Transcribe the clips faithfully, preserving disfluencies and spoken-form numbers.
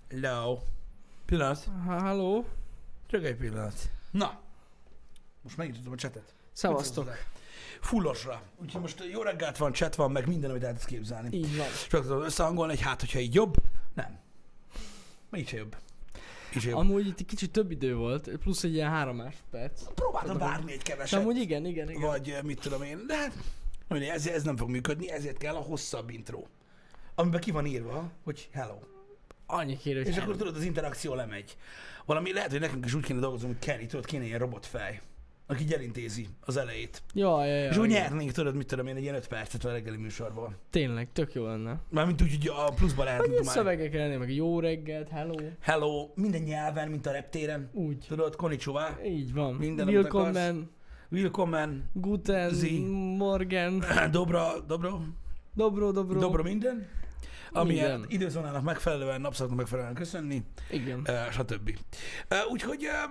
Hello. Pillanat. Halló. Csak egy pillanat. Na. Most megnyitottam a chatet. Szevasztok. Fullosra. Úgyhogy most jó reggelt van, chat van, meg minden, amit el tudsz képzelni. Így van. Csak tudom összehangolni, hogy hát, hogyha így jobb. Nem. Így se jobb. Így se jobb. Amúgy itt egy kicsit több idő volt, plusz egy ilyen három másodperc. Próbáltam várni egy keveset. Amúgy igen, igen, igen. Vagy mit tudom én, de hát ez, ez nem fog működni, ezért kell a hosszabb intro. Amiben ki van írva, hogy hello. Annyi kér, hogy És hello. akkor tudod, az interakció lemegy. Valami lehet, hogy nekünk is úgy kéne dolgozni, hogy Kerry, tudod, kéne ilyen robotfej, aki így elintézi az elejét. Ja, ja, ja. És úgy igen. nyernénk, tudod, mit tudom én, egy ilyen öt percet a reggeli műsorból. Tényleg, tök jó lenne. Mármint úgy, hogy a pluszba lehet Vagy ilyen dumálni. szövegek lennének, meg jó reggelt, hello. Hello, minden nyelven, mint a reptéren. Úgy. Tudod, konnichiwa, Így van. Minden, amit Willkommen, willkommen, guten, Zi. morgen, dobra, dobro, dobro, dobro. dobro minden. Amilyen Minden. időzónának megfelelően, napszaknak megfelelően köszönni, Igen. uh, stb. Uh, úgyhogy, uh,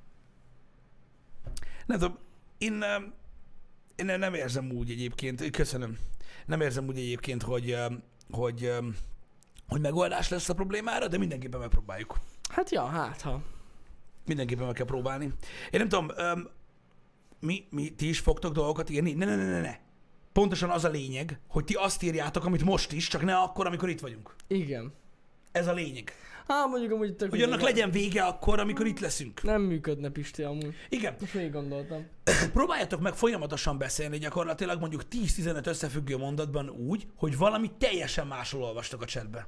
nem tudom, én, uh, én nem érzem úgy egyébként, köszönöm, nem érzem úgy egyébként, hogy, uh, hogy, uh, hogy megoldás lesz a problémára, de mindenképpen megpróbáljuk. Hát ja, hát ha. Mindenképpen meg kell próbálni. Én nem tudom, um, mi, mi, ti is fogtok dolgokat írni? Ne, ne, ne, ne, ne. Pontosan az a lényeg, hogy ti azt írjátok, amit most is, csak ne akkor, amikor itt vagyunk. Igen. Ez a lényeg. Hát mondjuk amúgy tök Hogy annak mindegy. legyen vége akkor, amikor itt leszünk. Nem működne, Pisti, amúgy. Igen. Most végig gondoltam. Próbáljátok meg folyamatosan beszélni gyakorlatilag mondjuk tíz-tizenöt összefüggő mondatban úgy, hogy valami teljesen másról olvastok a chatbe.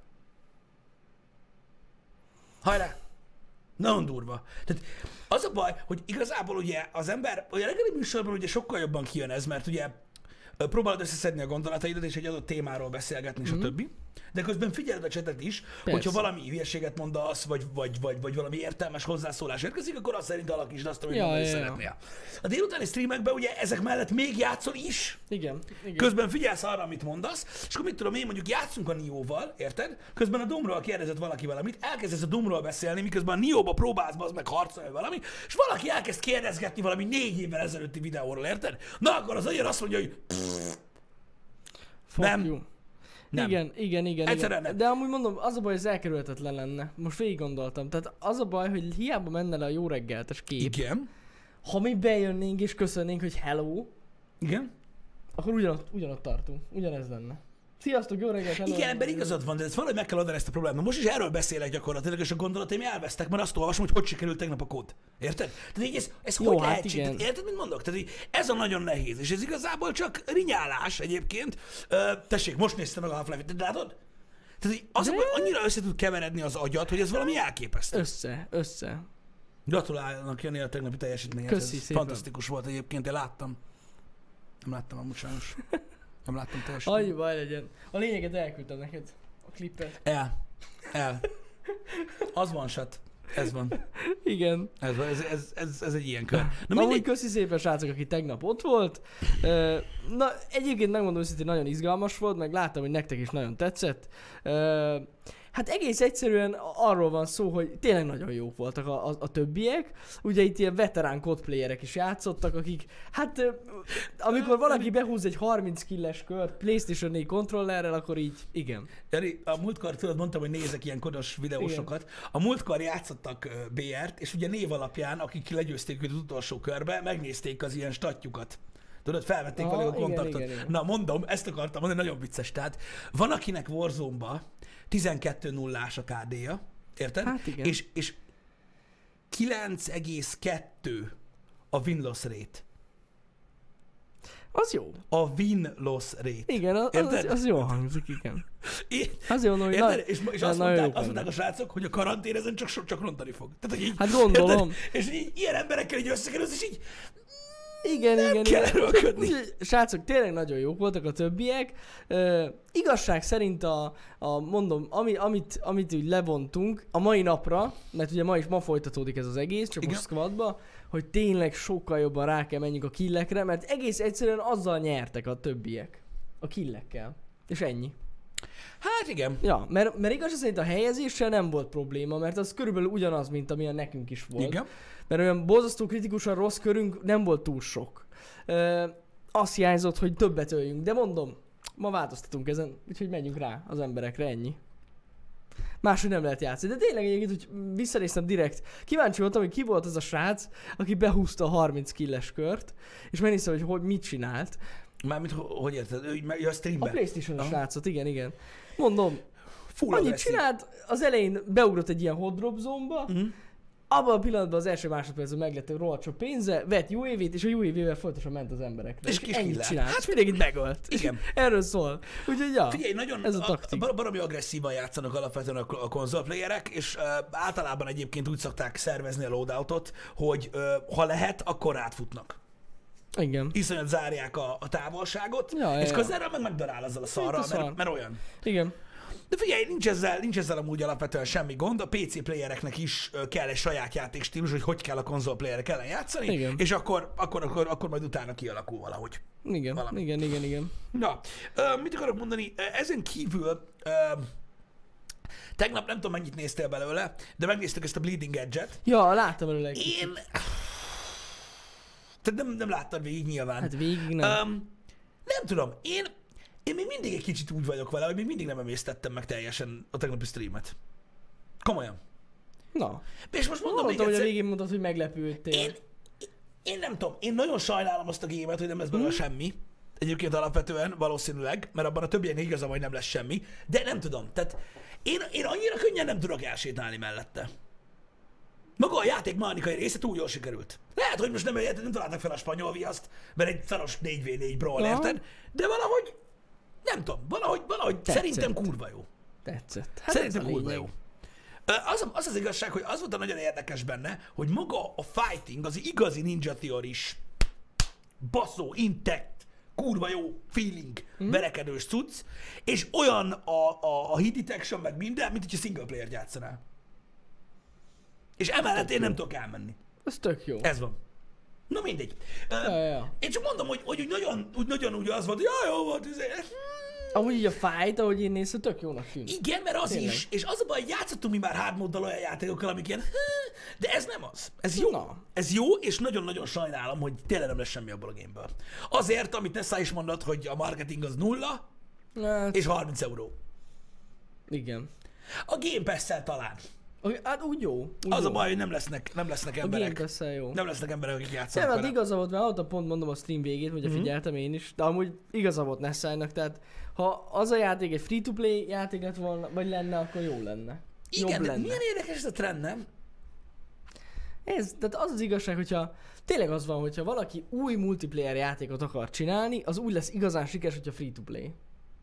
Hajrá! Nagyon durva. Tehát az a baj, hogy igazából ugye az ember, ugye a reggeli műsorban ugye sokkal jobban kijön ez, mert ugye ö, próbálod összeszedni a gondolataidat, és egy adott témáról beszélgetni, és Mhm. a többi. De közben figyeled a chatet is, Persze. hogyha valami hülyeséget mondasz, vagy, vagy, vagy, vagy valami értelmes hozzászólás érkezik, akkor azt szerint alakítsd azt, amit Ja, mondani ja, ja. szeretnél. A délutáni streamekben ugye ezek mellett még játszol is, Igen. Igen. közben figyelsz arra, amit mondasz, és akkor mit tudom én, mondjuk játszunk a Nióval, érted? Közben a Doomról kérdezett valaki valamit, elkezdesz a Doomról beszélni, miközben a Nióba próbálsz az meg harcolni valami, és valaki elkezd kérdezgetni valami négy évvel ezelőtti videóról, érted? Na akkor az agyar azt mondja, hogy Fuck nem. you. nem. Igen, igen, igen, Egyszerűen igen. nem. De amúgy mondom, az a baj, hogy ez elkerülhetetlen lenne. Most végig gondoltam. Tehát az a baj, hogy hiába menne le a jó reggeltes kép. Igen. Ha mi bejönnénk és köszönnénk, hogy hello, Igen. akkor ugyanott, ugyanott tartunk. Ugyanez lenne. Sziasztok, jó reggelt, hello. Igen, ebben igazad van, de ez valahogy meg kell adni ezt a problémát. Most is erről beszélek gyakorlatilag, és a gondolataim elvesztek, mert azt olvasom, hogy hogy sikerült tegnap a kód. Érted? Tehát így ez, ez Jó, hogy hát lehetséges? igen. Tehát Érted, mit mondok? Tehát így ez a nagyon nehéz, és ez igazából csak rinyálás egyébként. Ö, tessék, most néztem meg a Half-Life-et, de látod? Tehát így az, De- hogy annyira össze tud keveredni az agyat, hogy ez valami elképesztő. Össze, össze. Gratulálnak Jani a tegnapi teljesítményhez. Köszi Ez szépen. fantasztikus volt egyébként, én láttam. Nem láttam amúgy sajnos. Nem láttam teljesítményt. Annyi baj legyen. A lényeget elküldtem neked. A klippet. El. El. Az van, sat. Ez van. Igen. Ez, van. Ez, ez, ez, ez egy ilyen kör. Na Na amúgy mindegy. köszi szépen, srácok, aki tegnap ott volt. Ö, Na, egyébként megmondom őszintén, nagyon izgalmas volt, meg láttam, hogy nektek is nagyon tetszett. Ö, Hát egész egyszerűen arról van szó, hogy tényleg nagyon jók voltak a, a, a többiek. Ugye itt ilyen veterán codplayerek is játszottak, akik, hát ö, amikor valaki behúz egy harminc killes kört PlayStation négy kontrollerrel, akkor így, igen. Jani, a múltkor tudod, mondtam, hogy nézek ilyen kodos videósokat. A múltkor játszottak ö, bé er-t, és ugye név alapján, akik legyőzték őt az utolsó körbe, megnézték az ilyen statjukat. Tudod, felvették Aha, velük a igen, kontaktot. igen, igen. Na mondom, ezt akartam mondani, nagyon vicces. Tehát van, akinek Warzone-ba tizenkettő nullás a ká dé-ja, érted? Hát igen. És, és kilenc egész kettő a win-loss rate. Az jó. A win-loss rate. Igen, az, az, Érted? az jó hangzik, igen. É, Az jó, hogy érted? na, És, és na- azt, nagyon mondták, jók azt mondták vannak. a srácok, hogy a karantén ezen csak, so- csak rontani fog. Tehát, hogy így, Hát gondolom. érted? És így, ilyen emberekkel így összekerülsz, és így Igen, nem igen, kell igen. erőlködni. Úgyhogy, srácok, tényleg nagyon jók voltak a többiek. Uh, igazság szerint a, a mondom, ami, amit, amit úgy levontunk a mai napra, mert ugye ma is ma folytatódik ez az egész, csak Igen. most squadba, hogy tényleg sokkal jobban rá kell menjünk a killekre, mert egész egyszerűen azzal nyertek a többiek. A killekkel. És ennyi. Hát igen. Ja, mert, mert igaz szerint a helyezéssel nem volt probléma, mert az körülbelül ugyanaz, mint amilyen nekünk is volt. Igen. Mert olyan borzasztó kritikusan rossz körünk nem volt túl sok. Ö, azt hiányzott, hogy többet öljünk, de mondom, ma változtatunk ezen, úgyhogy menjünk rá az emberekre, ennyi. Máshogy nem lehet játszani. De tényleg egyébként, hogy visszanéztem direkt, kíváncsi voltam, hogy ki volt az a srác, aki behúzta a harminc killes kört, és megnéztem, hogy, hogy mit csinált. Mármint, hogy érted? Ő, ja, a streamben. A PlayStation-os srácot, igen, igen. Mondom, Full annyit agresszív. csinált, az elején beugrott egy ilyen hot drop zónba, Mhm. abban a pillanatban az első másodpercben meglett a rohadt sok pénze, vett u á vé-t, és a u á vé-vel folytosan ment az emberekre. És kis ennyit killel. csinált. Hát mindenkit megölt. Igen. Erről szól. Úgyhogy ja, Figyelj, nagyon ez a a, taktik. a, baromi agresszívan játszanak alapvetően a, a konzolplayerek, és uh, általában egyébként úgy szokták szervezni a loadoutot, hogy uh, ha lehet, akkor átfutnak. Igen. Iszonyat zárják a, a távolságot, Ja, és ja, közelről meg megdarál azzal a szarral, a szar. mert, mert olyan. Igen. De figyelj, nincs ezzel, nincs ezzel amúgy alapvetően semmi gond, a pé cé playereknek is ö, kell egy saját játékstílus, hogy hogy kell a konzolplayerek ellen játszani, Igen. és akkor, akkor, akkor, akkor majd utána kialakul valahogy. Igen, Valami. igen, igen, igen. Na, ö, mit akarok mondani? Ö, Ezen kívül ö, tegnap nem tudom mennyit néztél belőle, de megnéztük ezt a Bleeding Edge-et. Ja, láttam előle egy kicsit. Én... Tehát nem, nem láttad végig nyilván. Hát végig nem. Um, nem tudom, én, én még mindig egy kicsit úgy vagyok vele, hogy még mindig nem emésztettem meg teljesen a tegnapi streamet. Komolyan. Na, És most mondom még mondtam, hogy a egyszer, végén mondtad, hogy meglepődtél. én, én nem tudom, én nagyon sajnálom azt a gémet, hogy nem lesz belőle semmi. Egyébként alapvetően valószínűleg, mert abban a többieknek igaza, hogy nem lesz semmi, de nem tudom. Tehát én, én annyira könnyen nem tudok elsétálni mellette. Maga a játék mechanikai része túl jól sikerült. Lehet, hogy most nem, nem találtak fel a spanyol viaszt, mert egy szaros négy vé négy brawl, Aha. érted? De valahogy, nem tudom, valahogy, valahogy Tetszett. szerintem kurva jó. Tetszett. Hát Szerintem ez a kurva lényeg. jó. Ö, Az, az az igazság, hogy az volt a nagyon érdekes benne, hogy maga a fighting, az igazi Ninja Theory-s baszó, intact, kurva jó feeling, mm. verekedős cucc, és olyan a, a, a hit detection, meg minden, mint hogyha single player játszanál. És emellett én nem tudok elmenni. Ez tök jó. Ez van. Na mindegy. Ö, Ja, ja. Én csak mondom, hogy, hogy úgy nagyon, úgy nagyon úgy az volt, hogy ja, jó volt, izé. Amúgy így a fight, ahogy én néztem, tök jónak tűnt. Igen, mert az Tényleg. is. És az a baj, hogy játszottunk mi már hard móddal olyan játékokkal, amik ilyen, de ez nem az. Ez jó. Na. Ez jó, és nagyon-nagyon sajnálom, hogy tényleg nem lesz semmi abból a gameből. Azért, amit Nessa is mondott, hogy a marketing az nulla, Hát, és harminc euró. igen. A Game Pass-szel talán. Okay, hát úgy jó. Úgy Az jó. a baj, hogy nem lesznek, nem lesznek A Game emberek. Pass-szel jó. Nem lesznek emberek, akik Nem, játszanak hát vele. igaza volt, mert ott pont mondom a stream végét, hogy Mhm. figyeltem én is, de amúgy igaza volt Nessa-nak, tehát ha az a játék egy free-to-play játék lett volna, vagy lenne, akkor jó lenne. Igen, Jobb de lenne. milyen érdekes ez a trend, nem? Ez, tehát az az igazság, hogyha tényleg az van, hogyha valaki új multiplayer játékot akar csinálni, az úgy lesz igazán sikeres, hogyha free-to-play.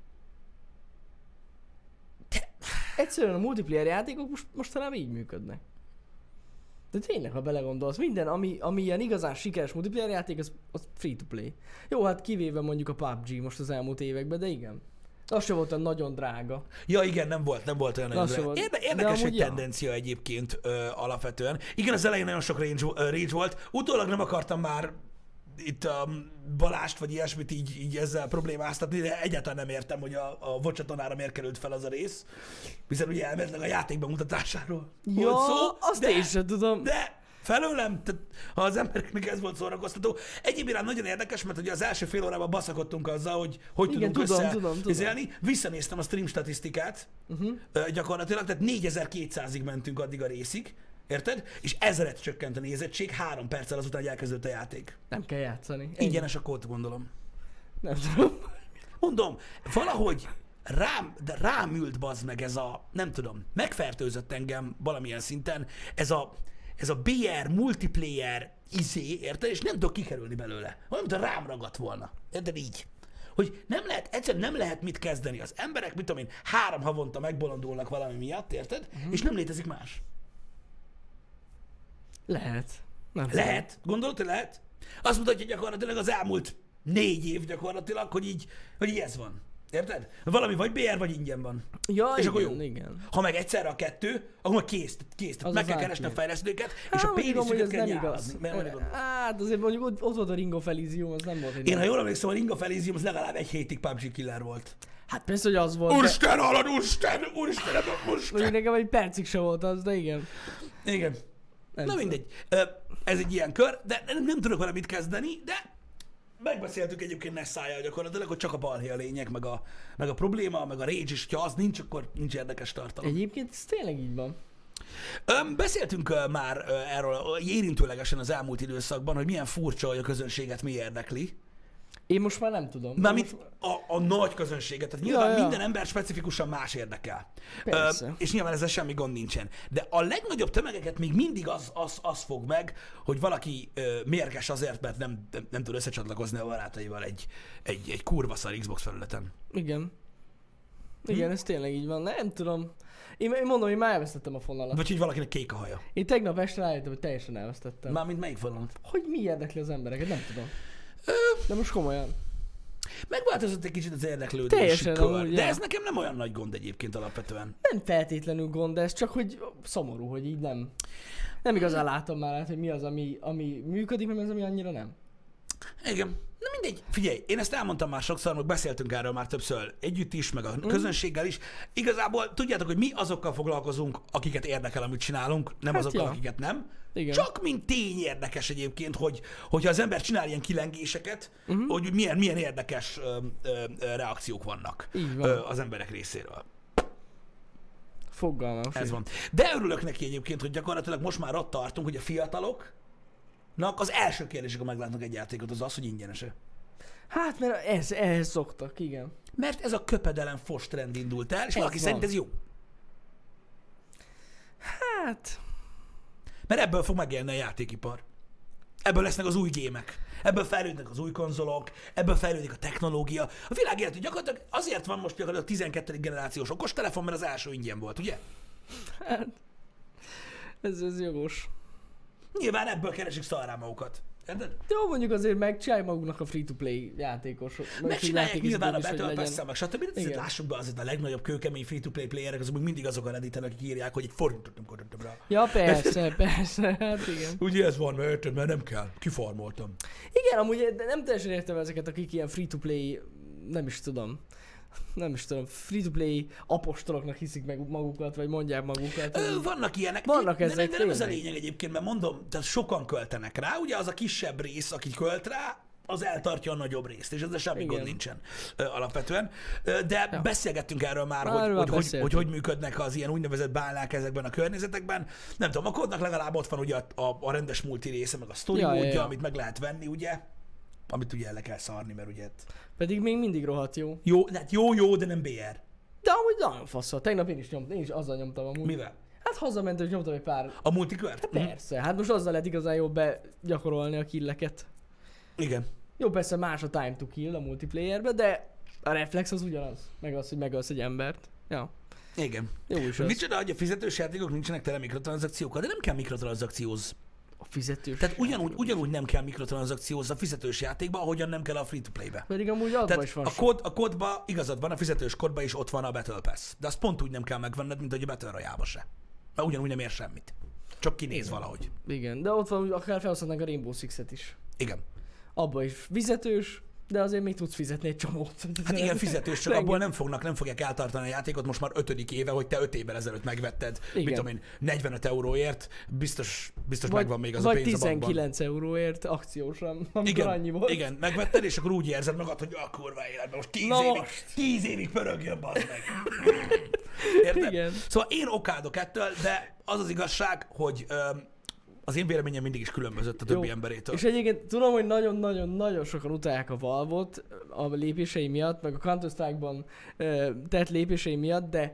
Egyszerűen a multiplayer játékok most, mostanában így működnek. De tényleg, ha belegondolsz, minden, ami, ami ilyen igazán sikeres multiplayer játék, az, az free-to-play. Jó, hát kivéve mondjuk a pé u bé gé most az elmúlt években, de igen. Az sem volt olyan nagyon drága. Ja, igen, nem volt, nem volt olyan nagyon Az se drága. volt. Érde, De érdekes amúgy egy ja. tendencia egyébként ö, alapvetően. Igen, az elején nagyon sok rage, ö, rage volt. Utólag nem akartam már itt a um, Balást, vagy ilyesmit így, így ezzel problémáztatni, de egyáltalán nem értem, hogy a, a vocsatornára miért került fel az a rész. Hiszen ugye elméletileg a játék bemutatásáról Ja, volt szó. azt de, én sem tudom. De felőlem, tehát, ha az embereknek ez volt szórakoztató. Egyéb iránt nagyon érdekes, mert ugye az első fél órában baszakodtunk azzal, hogy hogy Igen, tudunk tudom, össze tudom, tudom. izélni. Visszanéztem a stream statisztikát, Uh-huh. ö, gyakorlatilag, tehát négyezer-kétszázig mentünk addig a részig, érted? És ezeret csökkent a nézettség három perccel azután, hogy elkezdődött a játék. Nem kell játszani. Ennyi. Ingyenes a kód, gondolom. Nem tudom. Mondom, valahogy rám, de rám ült bazd meg ez a, nem tudom, megfertőzött engem valamilyen szinten, ez a, ez a bé er multiplayer izé, érted? És nem tudok kikerülni belőle. Olyan, mint rám ragadt volna. Érted így? Hogy nem lehet, egyszerűen nem lehet mit kezdeni. Az emberek, mit tudom én, három havonta megbolondulnak valami miatt, érted? Uh-huh. És nem létezik más. Lehet. Nem tudom. Lehet. Gondolod, hogy lehet? Azt mutatja gyakorlatilag az elmúlt négy év gyakorlatilag, hogy így, hogy így ez van. Érted? Valami vagy bé er, vagy ingyen van. Ja, És igen, akkor jó. igen. Ha meg egyszerre a kettő, akkor meg kész. kész. Tehát Az meg az kell keresni a átmegy. fejlesztőket, és Hát, a mondjuk amúgy péniszüket ez kell nem igaz. nyálazni. Mert mire gondolsz? Hát azért mondjuk ott, ott volt a Ring of Elysium, az nem volt egy Én, ha nagy- jól emlékszem, a Ring of Elysium az legalább egy hétig pé u bé gé killer volt. Hát persze, hogy az volt. De... Úristen, halad, úristen, úristen, Mondjuk úristen. nekem egy percig se volt az, de igen. Igen. Nem Na tudom. mindegy. Ö, Ez egy ilyen kör, de nem, nem tudok vele mit kezdeni, de megbeszéltük egyébként Nessájjal gyakorlatilag, hogy csak a balhé a lényeg, meg a, meg a probléma, meg a rage is, ha az nincs, akkor nincs érdekes tartalom. Egyébként ez tényleg így van. Öm, beszéltünk ö, már ö, erről ö, érintőlegesen az elmúlt időszakban, hogy milyen furcsa, hogy a közönséget mi érdekli. Én most már nem tudom. Mármint most... a, a nagy közönséget. Tehát nyilván Ja, ja. minden ember specifikusan más érdekel. Persze. Ö, és nyilván ezzel semmi gond nincsen. De a legnagyobb tömegeket még mindig az, az, az fog meg, hogy valaki ö, mérges azért, mert nem, nem, nem tud összecsatlakozni a barátaival egy, egy, egy kurva szar Xbox felületen. Igen. Igen, hm? ez tényleg így van. Nem tudom. Én, én mondom, én már elvesztettem a fonalat. Vagy hogy valakinek kék a haja. Én tegnap este rájöttem, hogy teljesen elvesztettem. Mármint melyik vonalat? Hogy mi érdekli az embereket, nem tudom. Ö... De most komolyan. Megváltozott egy kicsit az érdeklődési Teljesen kör, amúgy, de ja. ez nekem nem olyan nagy gond egyébként alapvetően. Nem feltétlenül gond ez, csak hogy szomorú, hogy így nem. Nem igazán látom már át, hogy mi az, ami, ami működik, meg mi az, ami annyira nem. Igen. Na mindegy. Figyelj, én ezt elmondtam már sokszor, meg beszéltünk erről már többször együtt is, meg a mm. közönséggel is. Igazából tudjátok, hogy mi azokkal foglalkozunk, akiket érdekel, amit csinálunk, nem Hát azokkal, ja. akiket nem. Igen. Csak mint tény érdekes egyébként, hogy, hogyha az ember csinál ilyen kilengéseket, Mhm. hogy milyen, milyen érdekes ö, ö, ö, reakciók vannak Így van. ö, az emberek részéről. Fogalmam. Ez sincs. van. De örülök neki egyébként, hogy gyakorlatilag most már ott tartunk, hogy a fiataloknak az első kérdésük, ha meglátnak egy játékot, az az, hogy ingyenes-e. Hát, mert ez, ehhez szoktak, igen. Mert ez a köpedelem fos trend indult el, és Ez valaki van. szerint ez jó. Hát, Mert ebből fog megélni a játékipar. Ebből lesznek az új gémek. Ebből fejlődnek az új konzolok, ebből fejlődik a technológia. A világ életű gyakorlatilag azért van most gyakorlatilag a tizenkettedik generációs okostelefon, mert az első ingyen volt, ugye? hát, ez, ez jogos. Nyilván ebből keresik szarrá magukat. Érted? Jó, mondjuk azért megcsinálj maguknak a free-to-play játékosok. Megcsinálják nyilván a is, hogy Battle legyen. Pass-szel, meg stb. De Igen. lássuk be, azért a legnagyobb kőkemény free-to-play playerek, azok még mindig azok a redditen, akik írják, hogy egy forintot nem költöttem rá. Ja, persze, persze, hát igen. Ugye ez van, mert érted, mert nem kell. Kifarmoltam. Igen, amúgy de nem teljesen értem ezeket, akik ilyen free-to-play, nem is tudom, nem is tudom, free-to-play apostoloknak hiszik meg magukat, vagy mondják magukat. Ö, hogy- vannak ilyenek. Vannak de, ezek, de nem ez a tényleg. lényeg egyébként, mert mondom, tehát sokan költenek rá, ugye az a kisebb rész, aki költ rá, az eltartja a nagyobb részt, és ezzel semmi Igen. gond nincsen ö, alapvetően. Ö, de Ja. beszélgettünk erről már, Már hogy, erről hogy, hogy, beszéltünk. hogy hogy működnek az ilyen úgynevezett bálnák ezekben a környezetekben. Nem tudom, a kódnak legalább ott van ugye a, a, a rendes multi része, meg a story Ja, ja, módja, ja. amit meg lehet venni, ugye? Amit ugye el le kell szarni, mert ugye... Pedig még mindig rohadt jó. Jó, hát jó, jó, de nem bé er. De amúgy nagyon faszol. Tegnap én is nyomtam, én is azzal nyomtam amúgy. Mivel? Hát hazamentem és nyomtam egy pár. A multikört? Persze, hát most azzal lehet igazán jó begyakorolni a killeket. Igen. Jó, persze más a time to kill a multiplayerbe, de a reflex az ugyanaz. Meg az, hogy megölsz egy embert. Ja, Igen. jó is az. Micsoda, hogy a fizetős játékok nincsenek tele mikrotranszakciókkal, de nem kell mikrotranszakcióz. A fizetős. Tehát ugyanúgy, ugyanúgy nem kell mikrotranszakcióz a fizetős játékba, ahogyan nem kell a free-to-play-be. Pedig amúgy abban Tehát is van a, sok. kód, a kódba igazad van, a fizetős kódba is ott van a Battle Pass. De azt pont úgy nem kell megvenned, mint hogy a Battle Royale-ba se. Mert ugyanúgy nem ér semmit. Csak kinéz valahogy. Igen, de ott van, hogy akár felhasználnánk a Rainbow Six-et is. Igen. Abba is fizetős, de azért még tudsz fizetni egy csomót. Hát igen, fizetős, csak Rengeteg. abból nem fognak, nem fogják eltartani a játékot most már ötödik éve, hogy te öt évvel ezelőtt megvetted, mit Igen. tudom én, negyvenöt euróért, biztos, biztos Vagy, megvan még az vagy a pénz a bankban. tizenkilenc euróért akciósan, amikor Igen, annyi volt. igen, megvetted, és akkor úgy érzed magad, hogy a kurva életben most tíz Na évig, most. tíz évig pörögjön, bazd meg. Érted? Igen. Szóval én okádok ettől, de az az igazság, hogy öm, az én véleményem mindig is különbözött a többi Jó. emberétől. És egyébként tudom, hogy nagyon-nagyon-nagyon sokan utálják a Valve-ot a lépései miatt, meg a Counter-Strike-ban ö, tett lépései miatt, de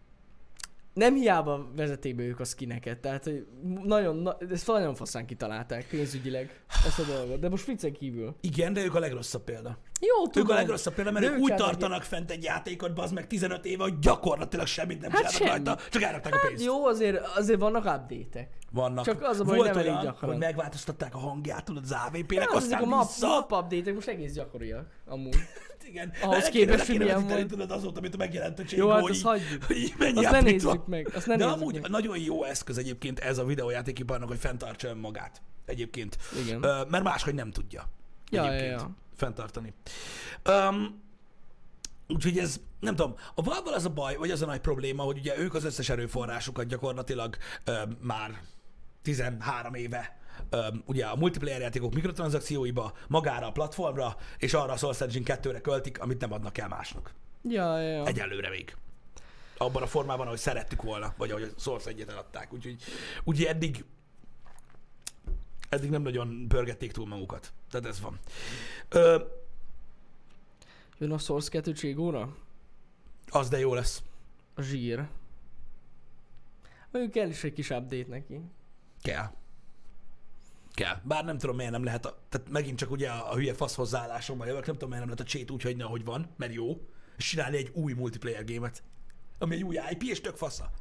nem hiába vezeték be ők a skineket, tehát hogy nagyon, na, ezt nagyon faszán kitalálták pénzügyileg ezt a dolgot, de most viccen kívül. Igen, de ők a legrosszabb példa. Jó, Ők tudom. a legrosszabb példa, mert De ők ők úgy csinálnak tartanak fent egy játékot, bazd meg tizenöt éve, hogy gyakorlatilag semmit nem Hát csinálnak semmi. rajta, csak elrakták a Hát pénzt. jó, azért, azért vannak update-ek. Vannak. Csak az a baj, Volt hogy nem elég olyan, gyakran. hogy megváltoztatták a hangját, tudod, az á vé pé-nek, Nem, azok aztán a map, vissza. map update-ek most egész gyakoriak, amúgy. Igen. Ahhoz Le kéne- képest, le kéne hogy milyen vetíteni, volt. tudod, azóta, amit megjelent a Jó, hát hogy, azt hagyjuk. hogy így mennyi Azt ne update nézzük van. meg, azt ne De nézzük amúgy meg. nagyon jó eszköz egyébként ez a videójátékiparnak, hogy fenntartsa önmagát. Egyébként. Igen. Ö, mert máshogy nem tudja. Ja, ja, Egyébként. ja. Fenntartani. Um, úgyhogy ez, nem tudom, a Valve-val az a baj, vagy az a nagy probléma, hogy ugye ők az összes erőforrásukat gyakorlatilag ö, már tizenhárom éve öm, ugye a multiplayer játékok mikrotranszakcióiba, magára a platformra, és arra a Source Engine kettőre költik, amit nem adnak el másnak. Ja, ja, ja. Egyelőre még. Abban a formában, ahogy szerettük volna, vagy ahogy a Source egyet eladták. Úgyhogy ugye eddig eddig nem nagyon pörgették túl magukat. Tehát ez van. Ö, Jön a Source kettő Cségóra? az de jó lesz. A zsír. Mondjuk kell is egy kis update neki. Kell. Kell. Bár nem tudom, miért nem lehet, a, tehát megint csak ugye a, a hülye fasz hozzáállásomban jövök, nem tudom, miért nem lehet a cheat úgy hagyni, ahogy van, mert jó, és csinálni egy új multiplayer gémet, ami egy új i pé, és tök fasza.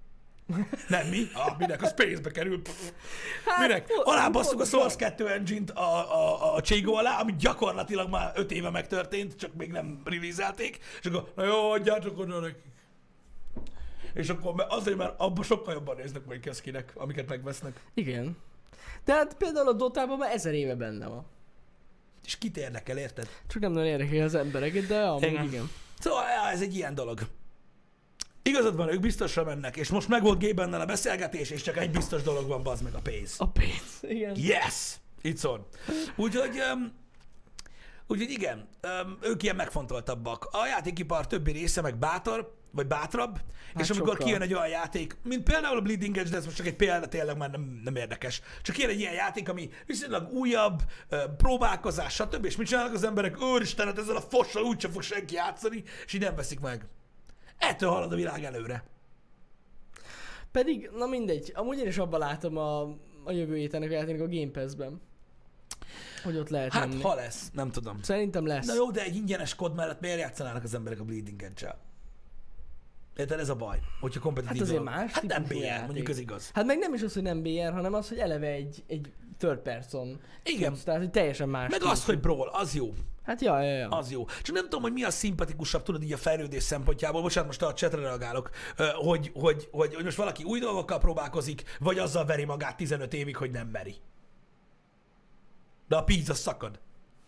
Nem mi? Ah, minek? A Space-be kerül. Hát, minek? Alá basszuk a Source kettő engine-t a, a, a Cségó alá, ami gyakorlatilag már öt éve megtörtént, csak még nem release-elték, és akkor, na jó, adjátok oda nekik. És akkor azért, mert abban sokkal jobban néznek majd ki a skinek, amiket megvesznek. Igen. De hát például a Dotában már ezer éve benne van. És kit érdekel, érted? Csak nem nagyon érdekel az embereket, de amúgy igen. igen. Szóval ja, ez egy ilyen dolog. Igazad van, ők biztosra mennek, és most meg volt Gébennel a beszélgetés, és csak egy biztos dolog van, bazd meg, a pénz. A pénz, igen. Yes! Itt szól. Úgyhogy, um, úgyhogy igen, um, ők ilyen megfontoltabbak. A játékipar többi része meg bátor, vagy bátrabb, hát és amikor sokkal. Kijön egy olyan játék, mint például a Bleeding Edge, de ez most csak egy példa, tényleg már nem, nem érdekes. Csak kijön egy ilyen játék, ami viszonylag újabb, próbálkozás, stb. És mit csinálnak az emberek? Úristenet, ezzel a fossal úgyse fog senki játszani, és így nem veszik meg. Ettől halad a világ előre. Pedig, na mindegy, amúgy én is abban látom a, a jövő hétennek a játéknak a Game Pass-ben. Hogy ott lehet Hát menni. ha lesz, nem tudom. Szerintem lesz. Na jó, de egy ingyenes kód mellett miért játszanának az emberek a Bleeding Edge-el? Érted, ez a baj, hogyha kompetitív. Hát azért más Hát nem bé er, játék. mondjuk ez igaz. Hát meg nem is az, hogy nem bé er, hanem az, hogy eleve egy, egy third person. Igen. Tudsz, tehát, hogy teljesen más. Meg típusú. az, hogy brawl, az jó. Hát ja, ja, ja. Az jó. Csak nem tudom, hogy mi a szimpatikusabb, tudod, így a fejlődés szempontjából. Bocsánat, most a chatre reagálok, hogy, hogy, hogy, hogy most valaki új dolgokkal próbálkozik, vagy azzal veri magát tizenöt évig, hogy nem meri. De a pizza szakad.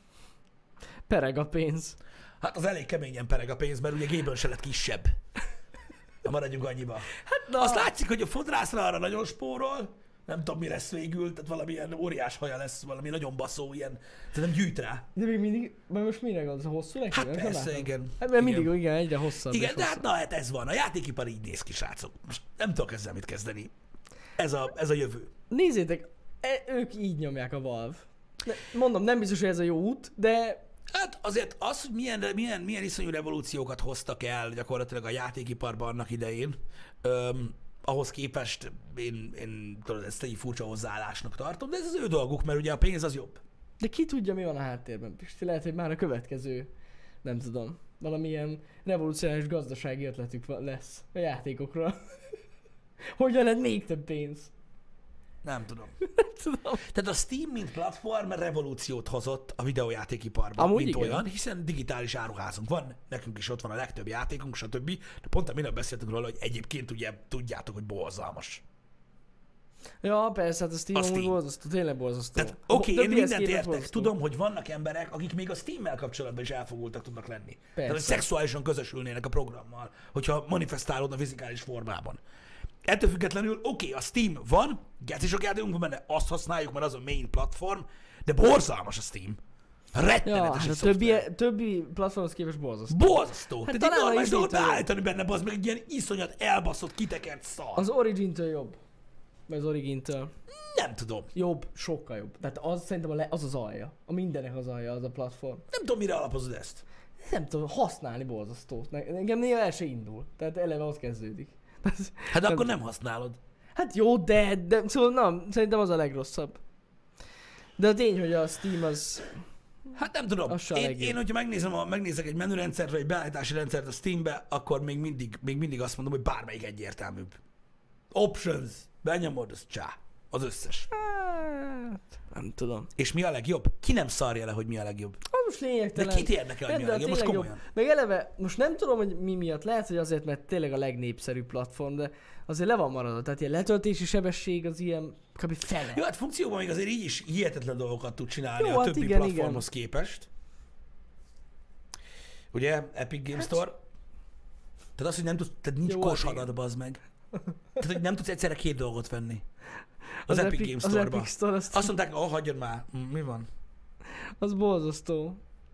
Pereg a pénz. Hát az elég keményen pereg a pénz, mert ugye Géből se lett kisebb. Na, maradjunk annyiba. Hát na. Azt látszik, hogy a fodrászra arra nagyon spórol, nem tudom mi lesz végül, tehát valamilyen óriás haja lesz, valami nagyon baszó ilyen, tehát nem gyűjt rá. De még mindig, mert most mire gondolsz, a hosszú neki? Hát persze, igen. Hát mert igen. mindig igen, egyre hosszabb. Igen, de hosszabb. hát na hát ez van, a játékipar így néz ki, srácok. Most nem tudok ezzel mit kezdeni. Ez a, ez a jövő. Nézzétek, e, ők így nyomják a Valve. De, mondom, nem biztos, hogy ez a jó út, de... Hát azért az, hogy milyen, milyen, milyen iszonyú revolúciókat hoztak el gyakorlatilag a játékiparban annak idején, öm, ahhoz képest én, én tudod, ezt egy furcsa hozzáállásnak tartom, de ez az ő dolguk, mert ugye a pénz az jobb. De ki tudja, mi van a háttérben, Pisti? Lehet, hogy már a következő, nem tudom, valamilyen revolucionális gazdasági ötletük lesz a játékokra. Hogyan lehet még több pénz? Nem tudom. Nem tudom. Tehát a Steam, mint platform revolúciót hozott a videójátékiparban, Amúgy mint igen. olyan, hiszen digitális áruházunk van, nekünk is ott van a legtöbb játékunk, stb. De pont a minap beszéltünk róla, hogy egyébként ugye tudjátok, hogy borzalmas. Ja, persze, hát a Steam, A Steam. amúgy borzasztó, tényleg borzasztó. Tehát oké, okay, én mindent értek, borzasztó. tudom, hogy vannak emberek, akik még a Steam-mel kapcsolatban is elfogultak tudnak lenni. Tehát, hogy Persze. szexuálisan közösülnének a programmal, hogyha manifestálódna fizikális formában. Ettől függetlenül, oké, okay, a Steam van, geci sok játékunk van benne, azt használjuk, mert az a main platform, de borzalmas a Steam. Ja, Rettenetes hát egy a többi, szoftver. többi platformhoz képest borzasztó. Borzasztó. Hát Tehát talán egy a normális dolgot izétől- beállítani benne, az meg egy ilyen iszonyat elbaszott, kitekert szar. Az Origin-től jobb. Vagy az Origin-től. Nem tudom. Jobb, sokkal jobb. Tehát az szerintem a le, az az alja. A mindenek az alja, az a platform. Nem tudom, mire alapozod ezt. Nem tudom, használni borzasztó. Ne- Engem néha el se indul. Tehát eleve ott kezdődik. Hát akkor nem használod. Hát jó, de, de szóval nem, szerintem az a legrosszabb. De a tény, hogy a Steam az... Hát nem tudom. Az se a Én, legjobb. én, hogyha megnézem, a, megnézek egy menürendszert, vagy egy beállítási rendszert a Steambe, akkor még mindig, még mindig azt mondom, hogy bármelyik egyértelműbb. Options. Benyomod, az csá. Az összes. Hát, nem tudom. És mi a legjobb? Ki nem szarja le, hogy mi a legjobb? Az most lényegtelen. De kit érdekel, hogy mi a de legjobb? Most tényleg komolyan. jobb. Meg eleve, most nem tudom, hogy mi miatt, lehet, hogy azért, mert tényleg a legnépszerűbb platform, de azért le van maradva. Tehát ilyen letöltési sebesség az ilyen kb. Fele. Jó, hát funkcióban még azért így is hihetetlen dolgokat tud csinálni Jó, a hát többi igen, platformhoz képest. Ugye? Epic Game Store. Tehát az, hogy nem tudsz, tehát nincs Jó, hát kosarat, bazd meg. Tehát, hogy nem tudsz egyszerre két dolgot venni. Az, az Epic, Epic Games Store-ba. Epic Store, azt, azt mondták, oh, hagyjad már, mi van? Az borzasztó.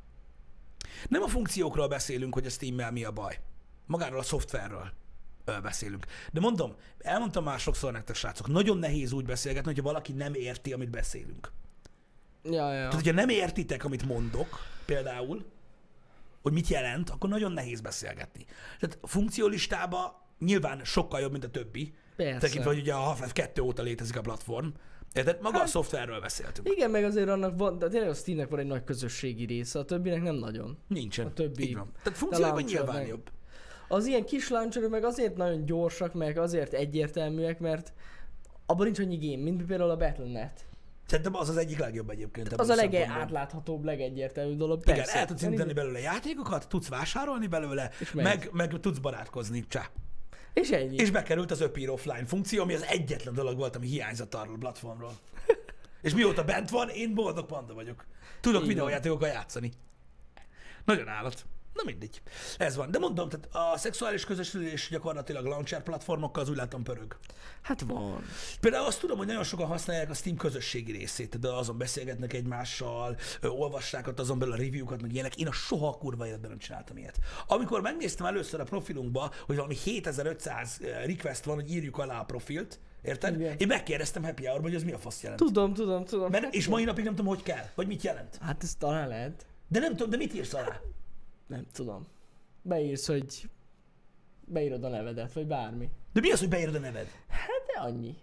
Nem a funkciókról beszélünk, hogy a Steam-mel mi a baj. Magáról a szoftverről beszélünk. De mondom, elmondtam már sokszor nektek, srácok, nagyon nehéz úgy beszélgetni, hogyha valaki nem érti, amit beszélünk. Ja, ja. Tehát, hogyha nem értitek, amit mondok, például, hogy mit jelent, akkor nagyon nehéz beszélgetni. Tehát a funkciólistában nyilván sokkal jobb, mint a többi. Persze. Tekintve, hogy ugye a Half-Life kettő óta létezik a platform. Tehát maga hát, a szoftverről beszéltünk. Igen, meg azért annak van, de tényleg a Steamnek van egy nagy közösségi része, a többinek nem nagyon. Nincsen. A többi. Így van. Tehát funkcióban nyilván meg. Jobb. Az ilyen kis launcherök meg azért nagyon gyorsak, meg azért egyértelműek, mert abban nincs annyi game, mint például a Battle net net. Szerintem az az egyik legjobb egyébként. Az a legátláthatóbb, legegyértelműbb dolog. Igen, persze. El tudsz indítani belőle játékokat, tudsz vásárolni belőle, meg, meg tudsz barátkozni. Csá. És ennyi. És bekerült az Appear Offline funkció, ami az egyetlen dolog volt, ami hiányzott arról a platformról. És mióta bent van, én boldog panda vagyok. Tudok így videójátékokkal játszani. Nagyon állat. Na mindegy. Ez van. De mondom, tehát a szexuális közösülés gyakorlatilag launcher platformokkal az úgy látom pörög. Hát van. Például azt tudom, hogy nagyon sokan használják a Steam közösségi részét, de azon beszélgetnek egymással, ö, olvassák ott azon belül a review-kat, meg ilyenek. Én a soha a kurva életben nem csináltam ilyet. Amikor megnéztem először a profilunkba, hogy valami hétezer-ötszáz request van, hogy írjuk alá a profilt, érted? Igen. Én megkérdeztem Happy Hour-ban, hogy ez mi a fasz jelent. Tudom, tudom, tudom. Mert, és mai napig nem tudom, hogy kell, vagy mit jelent. Hát ez talán lehet. De nem tudom, de mit írsz alá? Nem tudom. Beírsz, hogy beírod a nevedet, vagy bármi. De mi az, hogy beírod a neved? Hát de annyi.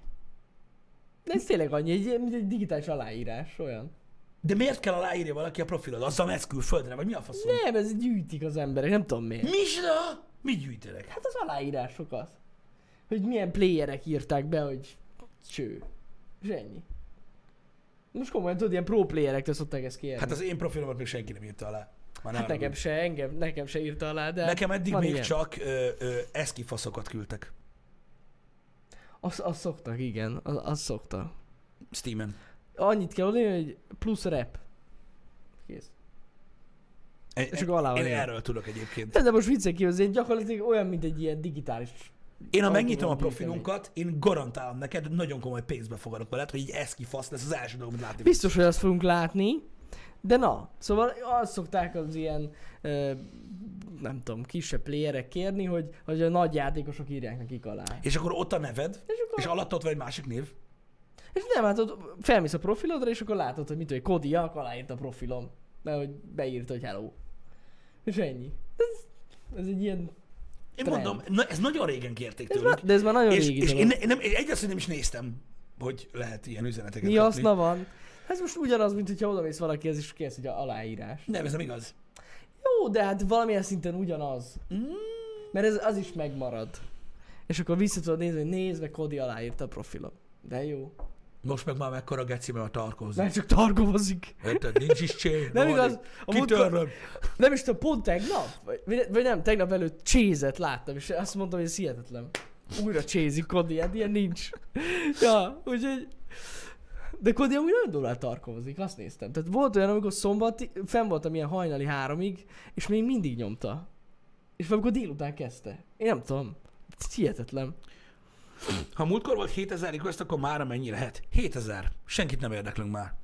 De ez tényleg annyi, egy, mint egy digitális aláírás, olyan. De miért kell aláírja valaki a profilod? Azzal mehetsz külföldre, vagy mi a faszom? Nem, ez gyűjtik az emberek, nem tudom miért. Micsoda? Mit gyűjtenek? Hát az aláírásokat. Hogy milyen playerek írták be, hogy cső. És ennyi. Most komolyan tudod, ilyen pro playerektől szokták ezt kérni. Hát az én profilomat még senki nem írta alá. Már hát nekem se, engem, nekem se írta alá, de nekem eddig még ilyen. csak ö, ö, eszki faszokat küldtek. Azt az szoktak, igen, azt az szoktak. Steamen. Annyit kell odaírni, hogy plusz rep. Kész. E, és akkor alá van. Én ilyen. Erről tudok egyébként. De, de most viccen kívül, ez gyakorlatilag olyan, mint egy ilyen digitális... Én ha megnyitom a profilunkat, én garantálom neked, nagyon komoly pénzbe fogadok veled, hogy így eszki fasz lesz az első dolog, amit látni. Biztos, hogy azt fogunk látni. De na, szóval azt szokták az ilyen, ö, nem tudom, kisebb playerek kérni, hogy, hogy a nagy játékosok írják nekik alá. És akkor ott a neved, és, akkor... és alatt ott van egy másik név. És nem, hát ott felmész a profilodra, és akkor látod, hogy mit vagy, Kodiak aláírt a profilom. Mert hogy beírta, hogy hello. És ennyi. Ez, ez egy ilyen Én trend. mondom, na, ez nagyon régen kérték tőlük. Ez de ez már nagyon és, régi és dolog. én, én, nem, én egyáltalán nem is néztem, hogy lehet ilyen üzeneteket Mi kapni. haszna van? Ez most ugyanaz, mint hogyha odamész valakihez, és kérsz, hogy aláírás. Nem, ez nem igaz. Jó, de hát valamilyen szinten ugyanaz. Mm. Mert ez az is megmarad. És akkor vissza tudod nézni, hogy nézd meg, Kodi aláírta a profilom. De jó. Most meg már mekkora geci, mert a tarkózik. Már csak tarkózik. Érted? Nincs is csé. Nem igaz. Kitörlöm. Nem is tudom, pont tegnap, vagy, vagy nem, tegnap előtt csézet láttam, és azt mondtam, hogy ez hihetetlen. Újra csézik Kodi, hát ilyen nincs. Ja, úgyhogy... De Kodi amúgy nagyon durván tarkózik, azt néztem. Tehát volt olyan, amikor szombat, fenn voltam ilyen hajnali háromig, és még mindig nyomta. És amikor délután kezdte. Én nem tudom. Ez hihetetlen. Ha múltkor volt hétezer request, akkor mára mennyi lehet? hétezer. Senkit nem érdeklünk már.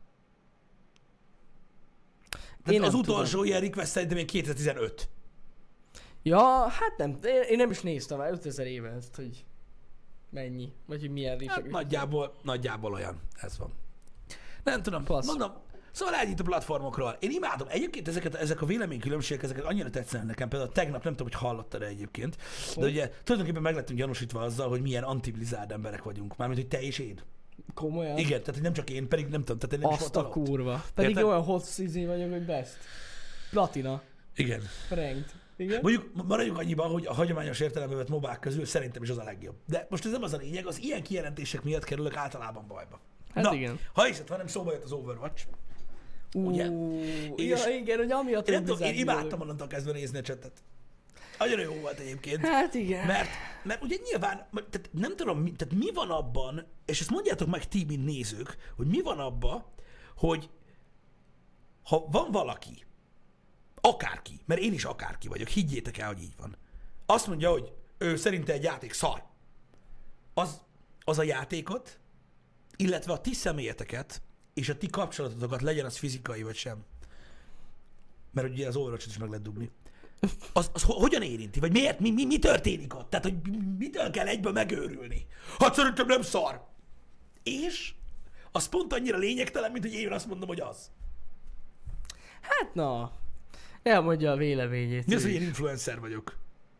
Tehát az utolsó tudom. Ilyen request szerintem még kétezer-tizenöt. Ja, hát nem. Én nem is néztem már ötezer éve ezt, hogy mennyi. Vagy hogy milyen request. Hát nagyjából, nagyjából olyan. Ez van. Nem tudom. Passz. Mondom, szóval ennyit a platformokról. Én imádom. Egyébként ezeket, ezek a véleménykülönbségek, ezeket annyira tetszenek nekem. Például tegnap, nem tudom, hogy hallottad-e egyébként, de ugye tulajdonképpen meg lettünk gyanúsítva azzal, hogy milyen anti-Blizzard emberek vagyunk. Mármint, hogy te és én. Komolyan? Igen, tehát nem csak én, pedig nem tudom, tehát én nem azt is a kurva. Pedig érted? Olyan hot szízé vagyok, hogy best. Platina. Igen. Ranked. Igen? Mondjuk maradjunk annyiban, hogy a hagyományos értelembe vett mobák közül szerintem is az a legjobb. De most ez nem az a lényeg, az ilyen kijelentések miatt kerülök általában bajba. Hát na, igen. Ha hiszed, hanem szóba jött az Overwatch. Uh, ugye? És ja, igen, hogy amiatt én, nem tudom, én imádtam onnantól kezdve nézni a csetet. Annyira jó volt egyébként. Hát igen. Mert, mert ugye nyilván, tehát nem tudom, mi, tehát mi van abban, és ezt mondjátok meg ti, mint nézők, hogy mi van abban, hogy ha van valaki, akárki, mert én is akárki vagyok, higgyétek el, hogy így van. Azt mondja, hogy ő szerinte egy játék szar. Az, az a játékot illetve a ti személyeteket és a ti kapcsolatotokat, legyen az fizikai vagy sem, mert ugye az Overwatch-ot is meg lehet dugni, az, az hogyan érinti? Vagy miért? Mi, mi, mi történik ott? Tehát, hogy mitől kell egyből megőrülni? Hát szerintem nem szar. És az pont annyira lényegtelen, mint hogy én azt mondom, hogy az. Hát na, elmondja a véleményét. Mi az, hogy én influencer vagyok?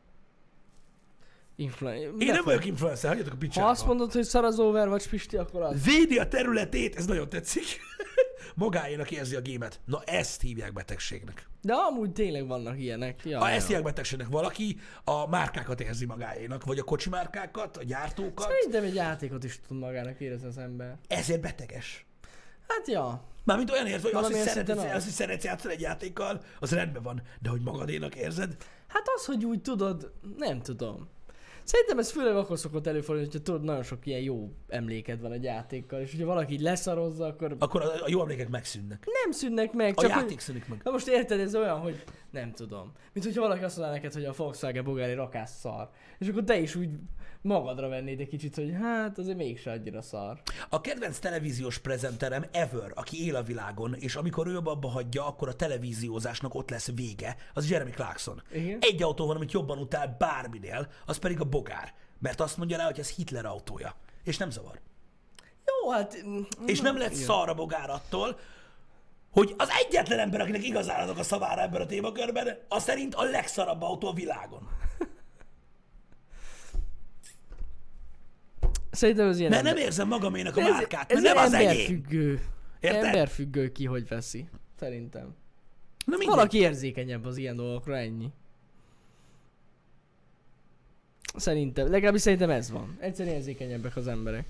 Influ- Én nem vagyok influencer, hagyjatok a picsába. Ha azt mondod, hogy szar az Overwatch, Pisti, akkor az. Védi a területét, ez nagyon tetszik. Magáénak érzi a gémet. Na ezt hívják betegségnek. De amúgy tényleg vannak ilyenek. Ja, Ha ja. ezt hívják betegségnek, valaki a márkákat érzi magáénak, vagy a kocsi márkákat, a gyártókat. Szerintem egy játékot is tud magának érezni az ember. Ezért beteges. Hát ja. Mármint olyan ért, hogy az, hogy Valamilyen szeretsz, szinten az. az, hogy szeretsz játszani egy játékkal, az rendben van. De hogy magadénak érzed? Hát az, hogy úgy tudod, nem tudom. Szerintem ez főleg akkor szokott előfordulni, hogyha tudod, nagyon sok ilyen jó emléked van egy játékkal, és hogyha valaki így leszarozza, akkor Akkor a, a jó emlékek megszűnnek. nem szűnnek meg. A Csak játék hogy... szűnik meg. Na most érted, ez olyan, hogy nem tudom. Mint hogyha valaki azt mondaná neked, hogy a Volkswagen Bugatti rakás szar. És akkor te is úgy magadra vennéd egy kicsit, hogy hát azért mégse annyira szar. A kedvenc televíziós prezenterem ever, aki él a világon, és amikor ő abba hagyja, akkor a televíziózásnak ott lesz vége, az Jeremy Clarkson. Igen? Egy autó van, amit jobban utál bárminél, az pedig a bogár. Mert azt mondja rá, hogy ez Hitler autója. És nem zavar. Jó, hát... És nem lett szar a bogár attól, hogy az egyetlen ember, akinek igazán adok a szavára ebben a témakörben, az szerint a legszarabb autó a világon. Szerintem ez ilyen... Mert ember- nem érzem magaménak a ez, márkát, ez mert nem az enyém. emberfüggő. Érted? Emberfüggő ki, hogy veszi. Szerintem. Na mindegy. Valaki érzékenyebb az ilyen dolgokra, ennyi. Szerintem, legalábbis szerintem ez van. Egyszerűen érzékenyebbek az emberek.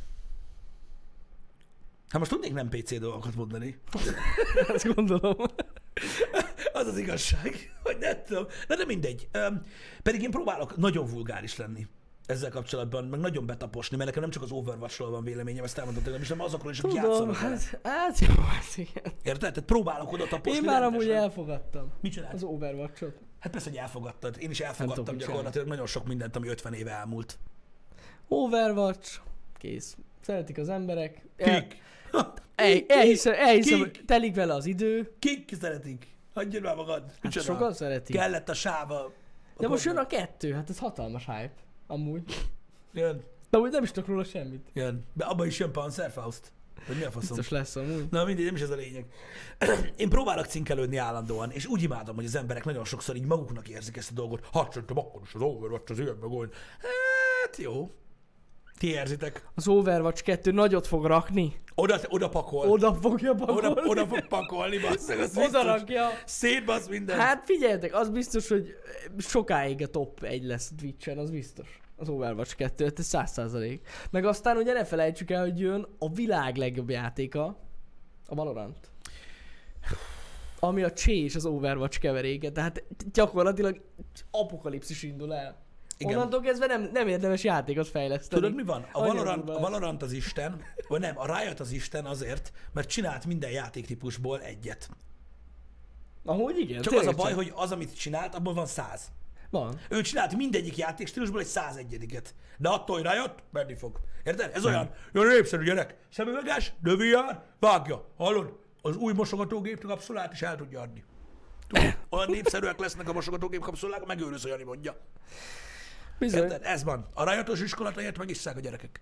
Hát most tudnék nem pé cé dolgokat mondani. Ezt gondolom. Az az igazság, hogy nem tudom. De nem mindegy. Öm, pedig én próbálok nagyon vulgáris lenni ezzel kapcsolatban, meg nagyon betaposni, mert nekem nem csak az Overwatchról van véleményem, ezt elmondtam tényleg, és nem azokról is, akik Tudom, játszanak vele. hát, hát jó, hát igen. Érted? Tehát próbálok oda taposni. Én már amúgy rendesen. elfogadtam Mit csinálsz? az Overwatch-ot. Hát persze, hogy elfogadtad. Én is Nem elfogadtam tudok mit gyakorlatilag nagyon sok mindent, ami ötven éve elmúlt. Overwatch, kész. Szeretik az emberek. El, Kik? el, elhiszem, elhiszem Kik? hogy telik vele az idő. Kik szeretik? Hagyjad már magad. Hát Micsoda? sokan szeretik. Kellett a sáva. De most jön a kettő, hát ez hatalmas hype. Amúgy. Jön, De úgy nem is tudok róla semmit. jön. De abban is jön Panzerfaust. Vagy mi a faszom? Biztos lesz amúgy. Na mindegy, nem is ez a lényeg. Én próbálok cinkelődni állandóan, és úgy imádom, hogy az emberek nagyon sokszor így maguknak érzik ezt a dolgot. Hát szerintem akkor is az Overwatch az ilyen meg olyan. Hát jó. Ti érzitek. Az Overwatch kettő nagyot fog rakni. Oda, oda pakol. Oda fogja pakolni. Oda, oda fog pakolni, basszeg, az Oda biztos. rakja. Szétbasz minden. Hát figyeljetek, az biztos, hogy sokáig a top egy lesz Twitch-en, az biztos. Az Overwatch kettő, ez száz százalék. Meg aztán ugye ne felejtsük el, hogy jön a világ legjobb játéka, a Valorant. Ami a Csé és az Overwatch keveréke, tehát gyakorlatilag apokalipszis indul el. Igen. Onnantól kezdve nem, nem érdemes játékot fejleszteni. Tudod mi van? A Annyira Valorant, durva a ez. Valorant az Isten, vagy nem, a Riot az Isten azért, mert csinált minden játéktípusból egyet. Amúgy igen. Csak az a tényleg baj, hogy az, amit csinált, abból van száz. Van. Ő csinált mindegyik játékstílusból egy százegyediket. De attól, hogy rájött, menni fog. Érted? Ez olyan, olyan népszerű gyerek. Szemüveges, de vé er, vágja. Hallod? Az új mosogatógép kapszulát is el tudja adni. Tudod, olyan népszerűek lesznek a mosogatógép kapszulák, megőrülsz, Jani mondja. Bizony. Érted? Ez van. A rájatos iskolatejét megisszák a gyerekek.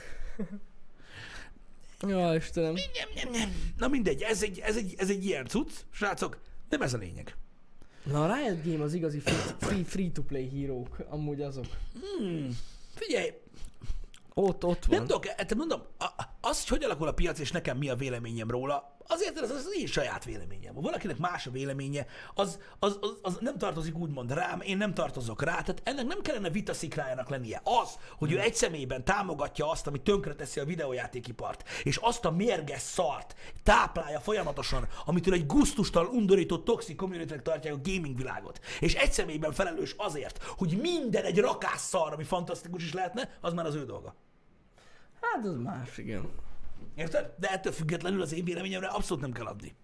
Ja, Istenem. Nem, nem, nem. Na mindegy, ez egy, ez egy, ez egy ilyen cucc, srácok. Nem ez a lényeg. Na a Riot Game az igazi free, free, free to play hírók, amúgy azok. Hmm. Figyelj, Ott, ott van. nem tudok, te mondom, a- az, hogy hogy alakul a piac, és nekem mi a véleményem róla, azért az, az én saját véleményem. Ha valakinek más a véleménye, az, az, az, az nem tartozik úgymond rám, én nem tartozok rá, tehát ennek nem kellene vitaszikrájának lennie. Az, hogy ő egy személyben támogatja azt, ami tönkreteszi a videójátékipart, és azt a mérges szart táplálja folyamatosan, amitől egy gusztustalan, undorító, toxic community-nek tartják a gaming világot, és egy személyben felelős azért, hogy minden egy rakás szar, ami fantasztikus is lehetne, az már az ő dolga. Hát az más, igen. Érted? De ettől függetlenül az én véleményemre abszolút nem kell adni.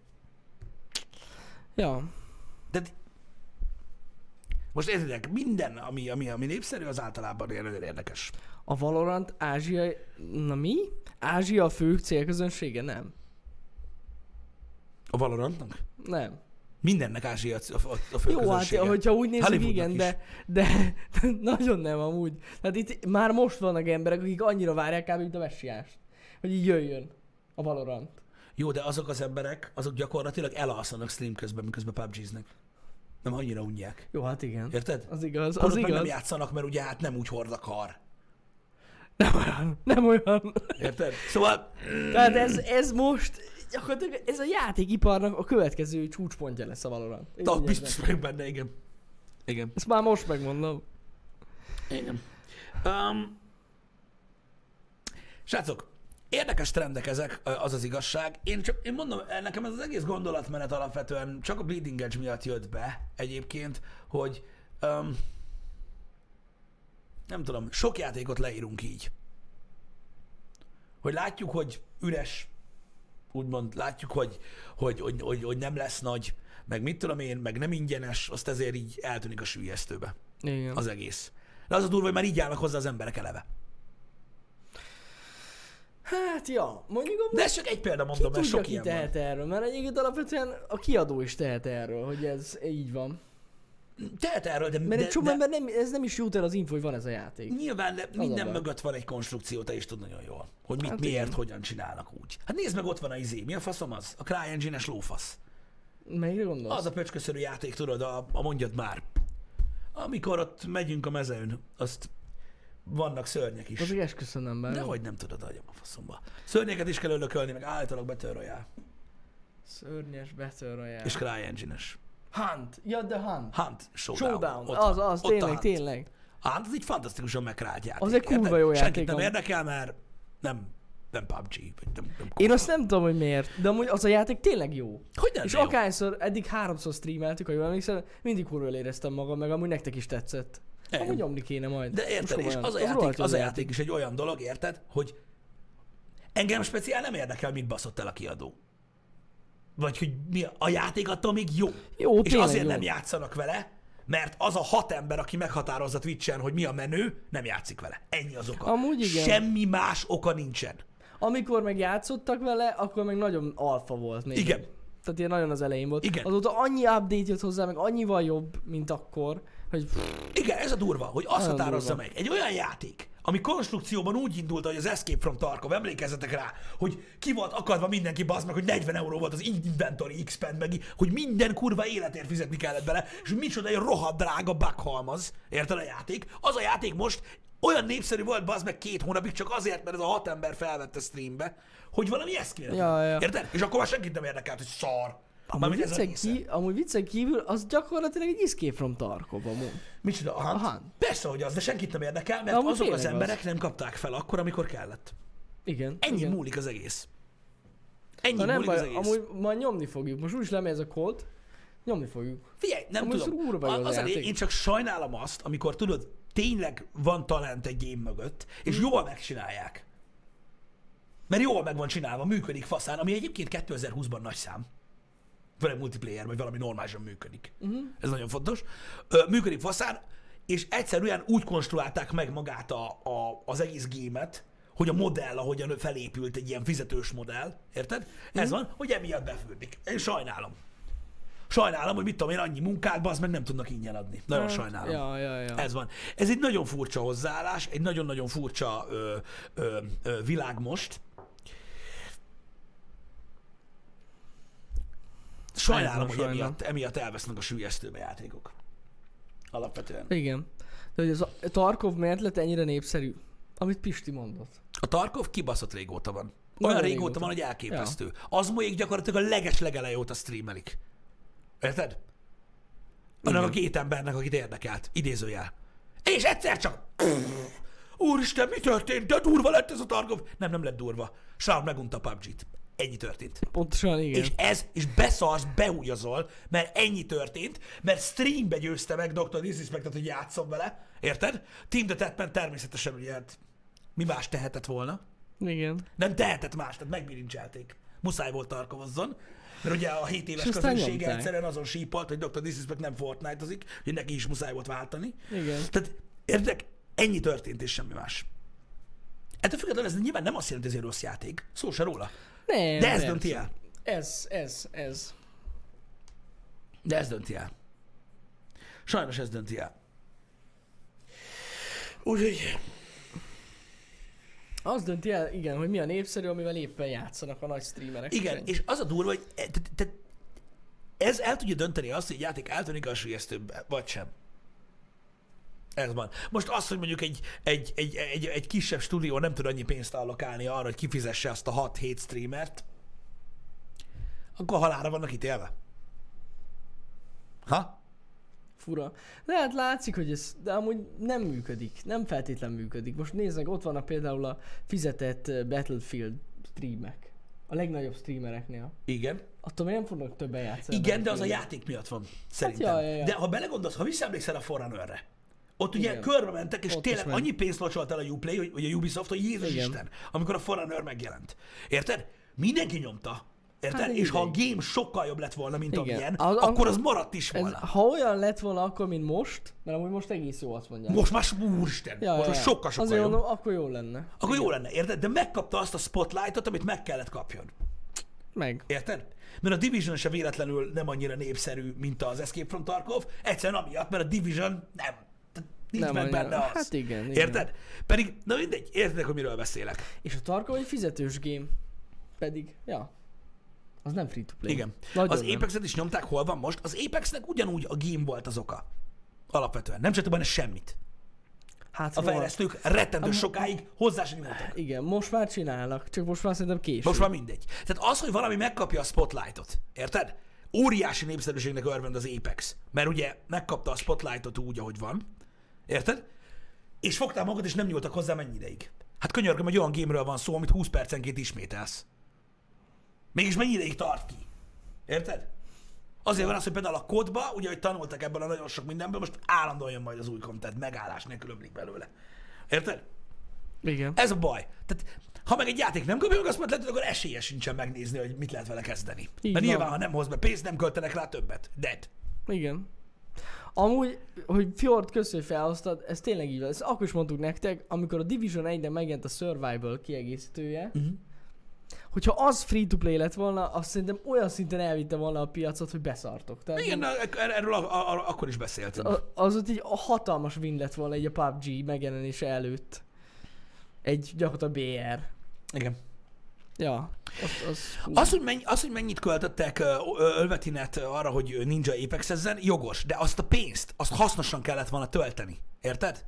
Ja. De most értitek, minden, ami, ami, ami népszerű, az általában ilyen nagyon érdekes. A Valorant ázsiai... Na mi? Ázsia a fő célközönsége? Nem. A Valorantnak? Nem. Mindennek Ázsia a, a, a fő Jó, hát közönsége. hogyha úgy nézzük, Hollywoodnak igen, is. de, de nagyon nem amúgy. Tehát itt már most vannak emberek, akik annyira várják kb. Mint a messiást, hogy így jöjjön a Valorant. Jó, de azok az emberek, azok gyakorlatilag elalszanak stream közben, miközben pé u bé znek. Nem annyira unják. Jó, hát igen. Érted? Az igaz, Holott az meg igaz. nem játszanak, mert ugye hát nem úgy hord a kar. Nem olyan, nem olyan. Érted? Szóval... Tehát ez, ez most, gyakorlatilag ez a játékiparnak a következő csúcspontja lesz a Valorant. Én Ta, úgy biztos érzem. vagyok benne, igen. Igen. Ezt már most megmondom. Igen. Um, srácok, érdekes trendek ezek, az az igazság. Én csak, én mondom, nekem ez az egész gondolatmenet alapvetően csak a Bleeding Edge miatt jött be egyébként, hogy um, nem tudom, sok játékot leírunk így. Hogy látjuk, hogy üres, úgymond látjuk, hogy, hogy, hogy, hogy, hogy nem lesz nagy, meg mit tudom én, meg nem ingyenes, azt ezért így eltűnik a süllyesztőbe Igen. az egész. De az a durva, hogy már így állnak hozzá az emberek eleve. Hát ja, mondjuk a De ez csak egy példa, ki mondom, mert tudja, sok ki ilyen van. tehet erről, mert egyébként alapvetően a kiadó is tehet erről, hogy ez így van. Tehet erről, de, Mert de, egy csomó de ember nem, ez nem is jut el az info, hogy van ez a játék. nyilván de a minden baj. mögött van egy konstrukció, te is tud nagyon jól. Hogy mit, Hát miért, igen. hogyan csinálnak úgy. Hát nézd meg, ott van a izé. Mi a faszom az? A CryEngine-es lófasz. Melyikre gondolsz? Az a pöcsköszörű játék, tudod, a, a mondjad már. Amikor ott megyünk a mezőn, azt vannak szörnyek is. Azért esküszöm be. Nehogy nem tudod, agyam a faszomba. Szörnyeket is kell ölökölni, meg általában Battle Royale. Szörnyes Battle Royale. És CryEngine-es. Hunt. Ja, The Hunt. Hunt, Showdown. Showdown. Ott Az, van. az, Ott a tényleg, Hunt. tényleg. A Hunt az egy fantasztikusan megkrált játék. Az egy kurva érted? jó Senkit játék, nem amúgy. érdekel, mert nem, nem pé u bé, vagy nem, nem Én azt nem tudom, hogy miért, de amúgy az a játék tényleg jó. Hogy nem És jó? akárszor, eddig háromszor streameltük, ha jól emlékszem, mindig kurva éreztem magam, meg amúgy nektek is tetszett. Igen. Amúgy nyomni kéne majd. De érted, Most és komolyan. az a, Az játék, rohadt jó az a játék is egy olyan dolog, érted, hogy engem speciál nem érdekel, mit baszott el a kiadó. Vagy hogy mi a, a játék attól még jó. Jó, És tényleg azért jó. nem játszanak vele, mert az a hat ember, aki meghatározza Twitch-en, hogy mi a menő, nem játszik vele. Ennyi az oka. Amúgy igen. Semmi más oka nincsen. Amikor meg játszottak vele, akkor meg nagyon alfa volt még. Igen. Tehát ilyen nagyon az elején volt. Igen. Azóta annyi update jött hozzá, meg annyival jobb, mint akkor, hogy Igen, ez a durva, hogy azt Nagyon határozza durva. meg. Egy olyan játék, ami konstrukcióban úgy indult, hogy az Escape from Tarkov, emlékezzetek rá, hogy ki volt akadva mindenki, bazd meg, hogy negyven euró volt az inventory expand, meg így, hogy minden kurva életért fizetni kellett bele, és micsoda egy rohadt drága bughalmaz, érted a játék? Az a játék most olyan népszerű volt, bazd meg két hónapig, csak azért, mert ez a hat ember felvette streambe, hogy valami eszméletlen. Ja, ja. Érted? És akkor már senkit nem érdekelt, hogy szar. amúgy Mármint ez a viccen, része. ki, amúgy viccen kívül az gyakorlatilag egy Escape from Tarkov amúgy. Micsoda, a Hunt? A Hunt. Persze, hogy az, de senkit nem érdekel, mert Amúgy azok az tényleg emberek az. nem kapták fel akkor, amikor kellett. Igen. Ennyi igen. múlik az egész. Ennyi Na nem múlik az baj, egész. amúgy majd nyomni fogjuk. Most úgyis lemegy ez a kód, nyomni fogjuk. Figyelj, nem amúgy tudom. kurva jó az Az a játék. lé- én csak sajnálom azt, amikor tudod, tényleg van talent egy game mögött, és Mm. jól megcsinálják. Mert jól meg van csinálva, működik faszán, ami egyébként kétezer-húszban nagy szám. Vagy multiplayer, vagy valami normálisan működik. Uh-huh. Ez nagyon fontos. Ö, működik faszán, és egyszerűen úgy konstruálták meg magát a, a, az egész gémet, hogy a modell, ahogyan felépült egy ilyen fizetős modell, érted? Ez van, hogy emiatt befűrdik. Én sajnálom. Sajnálom, hogy mit tudom én, annyi munkát, az meg nem tudnak ingyen adni. Nagyon Hát, sajnálom. Ja, ja, ja. Ez van. Ez egy nagyon furcsa hozzáállás, egy nagyon-nagyon furcsa ö, ö, ö, világ most. Sajnálom, hogy sajnálom. emiatt, emiatt elvesznek a süllyesztőbe játékok. Alapvetően. Igen. De hogy az a Tarkov miért lett ennyire népszerű? Amit Pisti mondott. A Tarkov kibaszott régóta van. Olyan Nagyon régóta, régóta. van, hogy elképesztő. Ja. Az még gyakorlatilag a leges legeleje óta streamelik. Érted? Annak a két embernek, akit érdekelt. Idézőjel. És egyszer csak... Úristen, mi történt? De durva lett ez a Tarkov. Nem, nem lett durva. Shroud megunta a pé u bé gét. Ennyi történt. Pontosan igen. És ez, és beszarsz, beúgyazol, mert ennyi történt, mert streambe győzte meg doktor Disrespectet, hogy játszom vele. Érted? Team Deathmatch természetesen ugye hát mi más tehetett volna. Igen. Nem tehetett más, tehát megbilincselték. Muszáj volt tarkovozzon. Mert ugye a hét éves És aztán közönsége nyomták. egyszerűen azon sípolt, hogy doktor Disrespect nem Fortnite-ozik, hogy neki is muszáj volt váltani. Igen. Tehát értek, ennyi történt és semmi más. Ettől függetlenül ez nyilván nem azt jelenti, hogy ez egy rossz játék. Szó se róla. Nem, De ez persze. dönti el. Ez, ez, ez. De ez dönti el. Sajnos ez dönti el. Úgyhogy... Az dönti el, igen, hogy mi a népszerű, amivel éppen játszanak a nagy streamerek. Igen, szerint. és az a durva, hogy e- te- te- ez el tudja dönteni azt, hogy egy játék eltűnik a sülyeztőbb, vagy sem. Ez van. Most az, hogy mondjuk egy, egy, egy, egy, egy kisebb stúdió nem tud annyi pénzt allokálni arra, hogy kifizesse azt a hat-hét streamert, akkor halálra vannak ítélve. Ha? Fura. De hát látszik, hogy ez, de amúgy nem működik. Nem feltétlen működik. Most nézzek, ott vannak például a fizetett uh, Battlefield streamek. A legnagyobb streamereknél. Igen. Attól még nem fognak többen játszani. Igen, de az a játék miatt van, szerintem. ja, ja, ja. De ha belegondolsz, ha visszaemlékszel a Forerunnerre, ott ugye Igen. körbe mentek, és Ott tényleg is ment. annyi pénzt locsolt el a Uplay, hogy- vagy a Ubisoft, hogy Jézus Igen. Isten, amikor a Forerunner megjelent. Érted? Mindenki nyomta. Érted? Hát egy és ha a ideig. game sokkal jobb lett volna, mint Igen. amilyen, Az- akkor az maradt is Ez, volna. ha olyan lett volna akkor, mint most, mert amúgy most egész jó azt mondják. Most már, úristen, ja, most ja, már ja. sokkal-sokkal Azért jobb. mondom, akkor jó lenne. Akkor jó lenne, érted? De megkapta azt a spotlightot, amit meg kellett kapjon. Meg. Érted? Mert a Division se véletlenül nem annyira népszerű, mint az Escape from Tarkov, egyszerűen amiatt, mert a Division nem. Tehát nincs Nem meg annyira. benne az. Hát igen, igen. Érted? Pedig, na mindegy, érted, hogy miről beszélek. És a Tarkov egy fizetős game. Pedig, ja. Az nem free to play. Igen. Nagyon Az nem. Apex-et is nyomták, hol van most. Az Apexnek ugyanúgy a game volt az oka. Alapvetően. Nem csináltak benne semmit. Hát A szóval- fejlesztők rettentő Am- sokáig hozzá sem nyúltak. Igen, most már csinálnak, csak most már szerintem késő. Most már mindegy. Tehát az, hogy valami megkapja a spotlightot, érted? Óriási népszerűségnek örvend az Apex. Mert ugye megkapta a spotlightot úgy, ahogy van. Érted? És fogtál magad, és nem nyúltak hozzá mennyi ideig. Hát könyörgöm, egy olyan gameről van szó, amit húsz percenként ismételsz. Mégis mennyi ideig tart ki? Érted? Azért van az, hogy például a kódba, ugye, hogy tanultak ebből a nagyon sok mindenből, most állandóan jön majd az új content, megállás nélkül ömlik belőle. Érted? Igen. Ez a baj. Tehát, ha meg egy játék nem kapja meg azt, lehet, akkor esélye sincsen megnézni, hogy mit lehet vele kezdeni. Így Mert van. nyilván, ha nem hoz be pénzt, nem költenek rá többet. Dead. Igen. Amúgy, hogy Fjord, köszönöm, hogy felhoztad, ez tényleg így van. Ezt akkor is mondtuk nektek, amikor a Division egyben megjelent a Survival kiegészítője, Uh-huh. hogyha az free-to-play lett volna, azt szerintem olyan szinten elvitte volna a piacot, hogy beszartok. Tehát Igen, er- erről a, a, a, akkor is beszéltünk. a- az ott így a hatalmas win lett volna így a pé u bé gé megjelenése előtt. Egy gyakorlatilag bé er. Igen. Ja, az, az, Az hogy, mennyi, az, hogy mennyit költöttek ö, ö, Ölvetinet arra, hogy Ninja Apexezzen, jogos, de azt a pénzt, azt hasznosan kellett volna tölteni. Érted?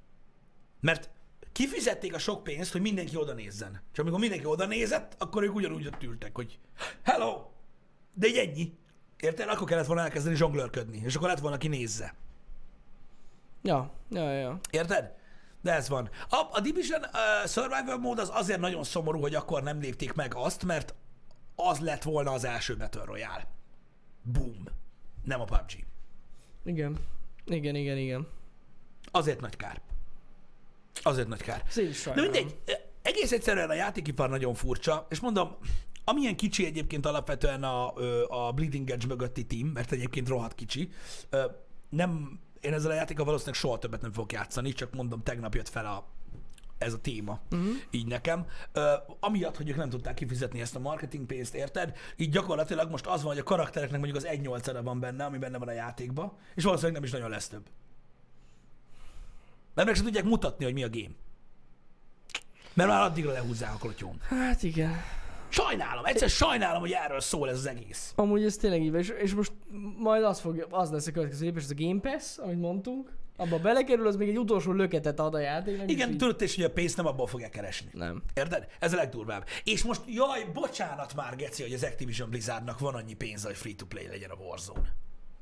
Mert kifizették a sok pénzt, hogy mindenki oda nézzen. És amikor mindenki oda nézett, akkor ők ugyanúgy ott ültek, hogy hello! De így ennyi. Érted? Akkor kellett volna elkezdeni zsonglőrködni, és akkor lett volna, aki nézze. ja, ja, ja. Érted? De ez van. A, a Division uh, Survival mód az azért nagyon szomorú, hogy akkor nem lépték meg azt, mert az lett volna az első Battle Royale. Boom. Nem a pé u bé gé. Igen. Igen, igen, igen. Azért nagy kár. Azért nagy kár. Ez én is De sajnálom. mindegy, egész egyszerűen a játékipar nagyon furcsa, és mondom, amilyen kicsi egyébként alapvetően a, ö, a Bleeding Edge mögötti team, mert egyébként rohadt kicsi, ö, nem, én ezzel a játékkal valószínűleg soha többet nem fogok játszani, csak mondom, tegnap jött fel a, ez a téma, uh-huh. így nekem. Ö, amiatt, hogy ők nem tudták kifizetni ezt a marketing pénzt, érted? Így gyakorlatilag most az van, hogy a karaktereknek mondjuk az egy nyolcada van benne, ami benne van a játékban, és valószínűleg nem is nagyon lesz több. Mert meg sem tudják mutatni, hogy mi a game. Mert már addigra lehúzzák a klotyón. Hát igen. Sajnálom, egyszer sajnálom, hogy erről szól ez az egész. Amúgy ez tényleg így van, és, és most majd az, fog, az lesz a következő lépés, ez a Game Pass, amit mondtunk. Abba belekerül, az még egy utolsó löketet ad a játéknak. és Igen, így- tudod is, hogy a pénzt nem abból fogják keresni. Nem. Érted? Ez a legdurvább. És most, jaj, bocsánat már, Geci, hogy az Activision Blizzardnak van annyi pénze, hogy free-to-play legyen a Warzone.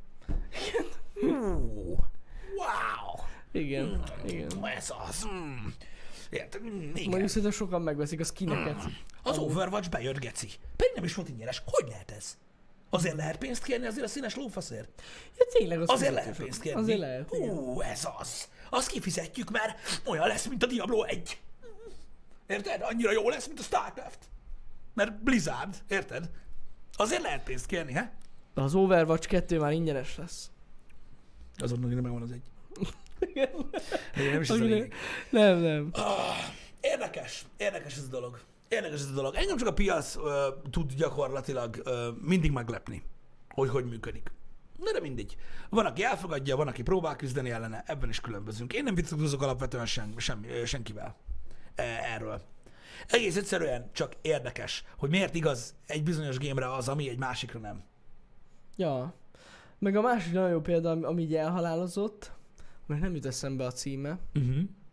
Hú, wow! Igen, igen. Ez az. Mm. Érted? Mm, igen. Mondjuk szerintem sokan megveszik a skineket. Az Overwatch bejött, Geci. Pedig nem is volt ingyenes. Hogy lehet ez? Azért lehet pénzt kérni azért a színes lófaszért? Ja, tényleg az Azért fizetős. lehet pénzt kérni. Azért lehet, igen. Ú, ez az. Azt kifizetjük, mert olyan lesz, mint a Diablo egy. Érted? Annyira jó lesz, mint a Starcraft. Mert Blizzard, érted? Azért lehet pénzt kérni, he? De az Overwatch kettő már ingyenes lesz. Azon, hogy megvan az egy. De nem is ez a Akinek- lényeg. Nem, nem. Érdekes, érdekes ez a dolog. Érdekes ez a dolog. Engem csak a piac ö, tud gyakorlatilag ö, mindig meglepni, hogy hogy működik. Na de mindegy. Van, aki elfogadja, van, aki próbál küzdeni ellene, ebben is különbözünk. Én nem vitatkozok alapvetően sen, sem, senkivel e, erről. Egész egyszerűen csak érdekes, hogy miért igaz egy bizonyos gémre az, ami egy másikra nem. Ja. Meg a másik nagyon jó példa, ami, ami így elhalálozott, mert nem jut eszembe a címe. Uh-huh.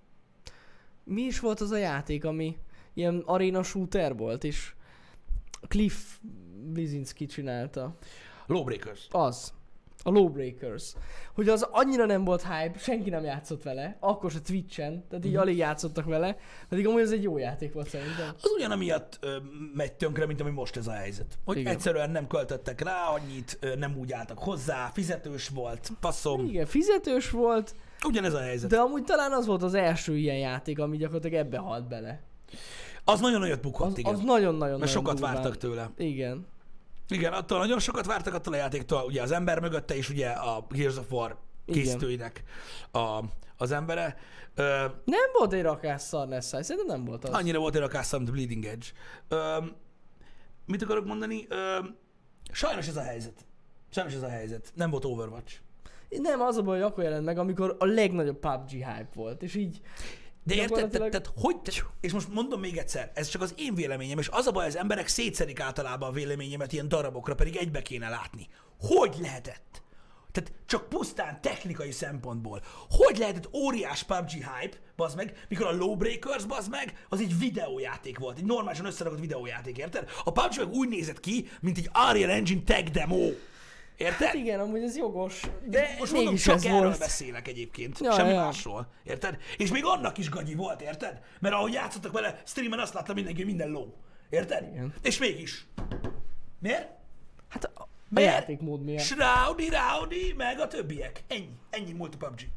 Mi is volt az a játék, ami ilyen arena shooter volt, és Cliff Bleszinski csinálta. Lawbreakers. Az. A Lawbreakers. Hogy az annyira nem volt hype, senki nem játszott vele, akkor se Twitchen, tehát így Mhm. alig játszottak vele, pedig amúgy ez egy jó játék volt szerintem. Az ugyan amiatt ö, megy tönkre, mint ami most ez a helyzet. Hogy Igen. egyszerűen nem költöttek rá annyit, ö, nem úgy álltak hozzá, fizetős volt, passzom. Igen, fizetős volt, Ugyanez a helyzet. de amúgy talán az volt az első ilyen játék, ami gyakorlatilag ebbe halt bele. Az nagyon nagyot bukott, Az, igen. az nagyon-nagyon Mert sokat durván. vártak tőle. Igen. Igen, attól nagyon sokat vártak attól a játéktól, ugye az ember mögötte is ugye a Gears of War Igen. készítőinek a, az embere. Ö, Nem volt egy rakás szar Nessai, szerintem nem volt az. annyira volt érakasszam, mint Bleeding Edge. Ö, mit akarok mondani? Ö, sajnos ez a helyzet. Sajnos ez a helyzet. Nem volt Overwatch. Nem, az a baj, hogy akkor jelent meg, amikor a legnagyobb pé u bé gé hype volt, és így De érted, tehát, gyakorlatilag- tehát hogy, te, és most mondom még egyszer, ez csak az én véleményem, és az a baj, az emberek szétszedik általában a véleményemet ilyen darabokra, pedig egybe kéne látni. Hogy lehetett? Tehát csak pusztán technikai szempontból. Hogy lehetett óriás pé u bé gé hype, bazd meg, mikor a Lawbreakers, bazd meg, az egy videójáték volt, egy normálisan összerakott videójáték, érted? A pé u bé gé meg úgy nézett ki, mint egy Unreal Engine tech demo. Érted? hát igen, amúgy ez jogos, de Most mondom, mégis csak ez erről volt. beszélek egyébként, Ja, semmi ja. másról, érted? És még annak is gagyi volt, érted? Mert ahogy játszottak vele, streamen azt látta mindenki, hogy minden ló. Érted? Igen. És mégis. Miért? Hát a, a Miért? játékmód miatt. Shroudy, Rowdy, meg a többiek. Ennyi. Ennyi múlt a pé u bé gé.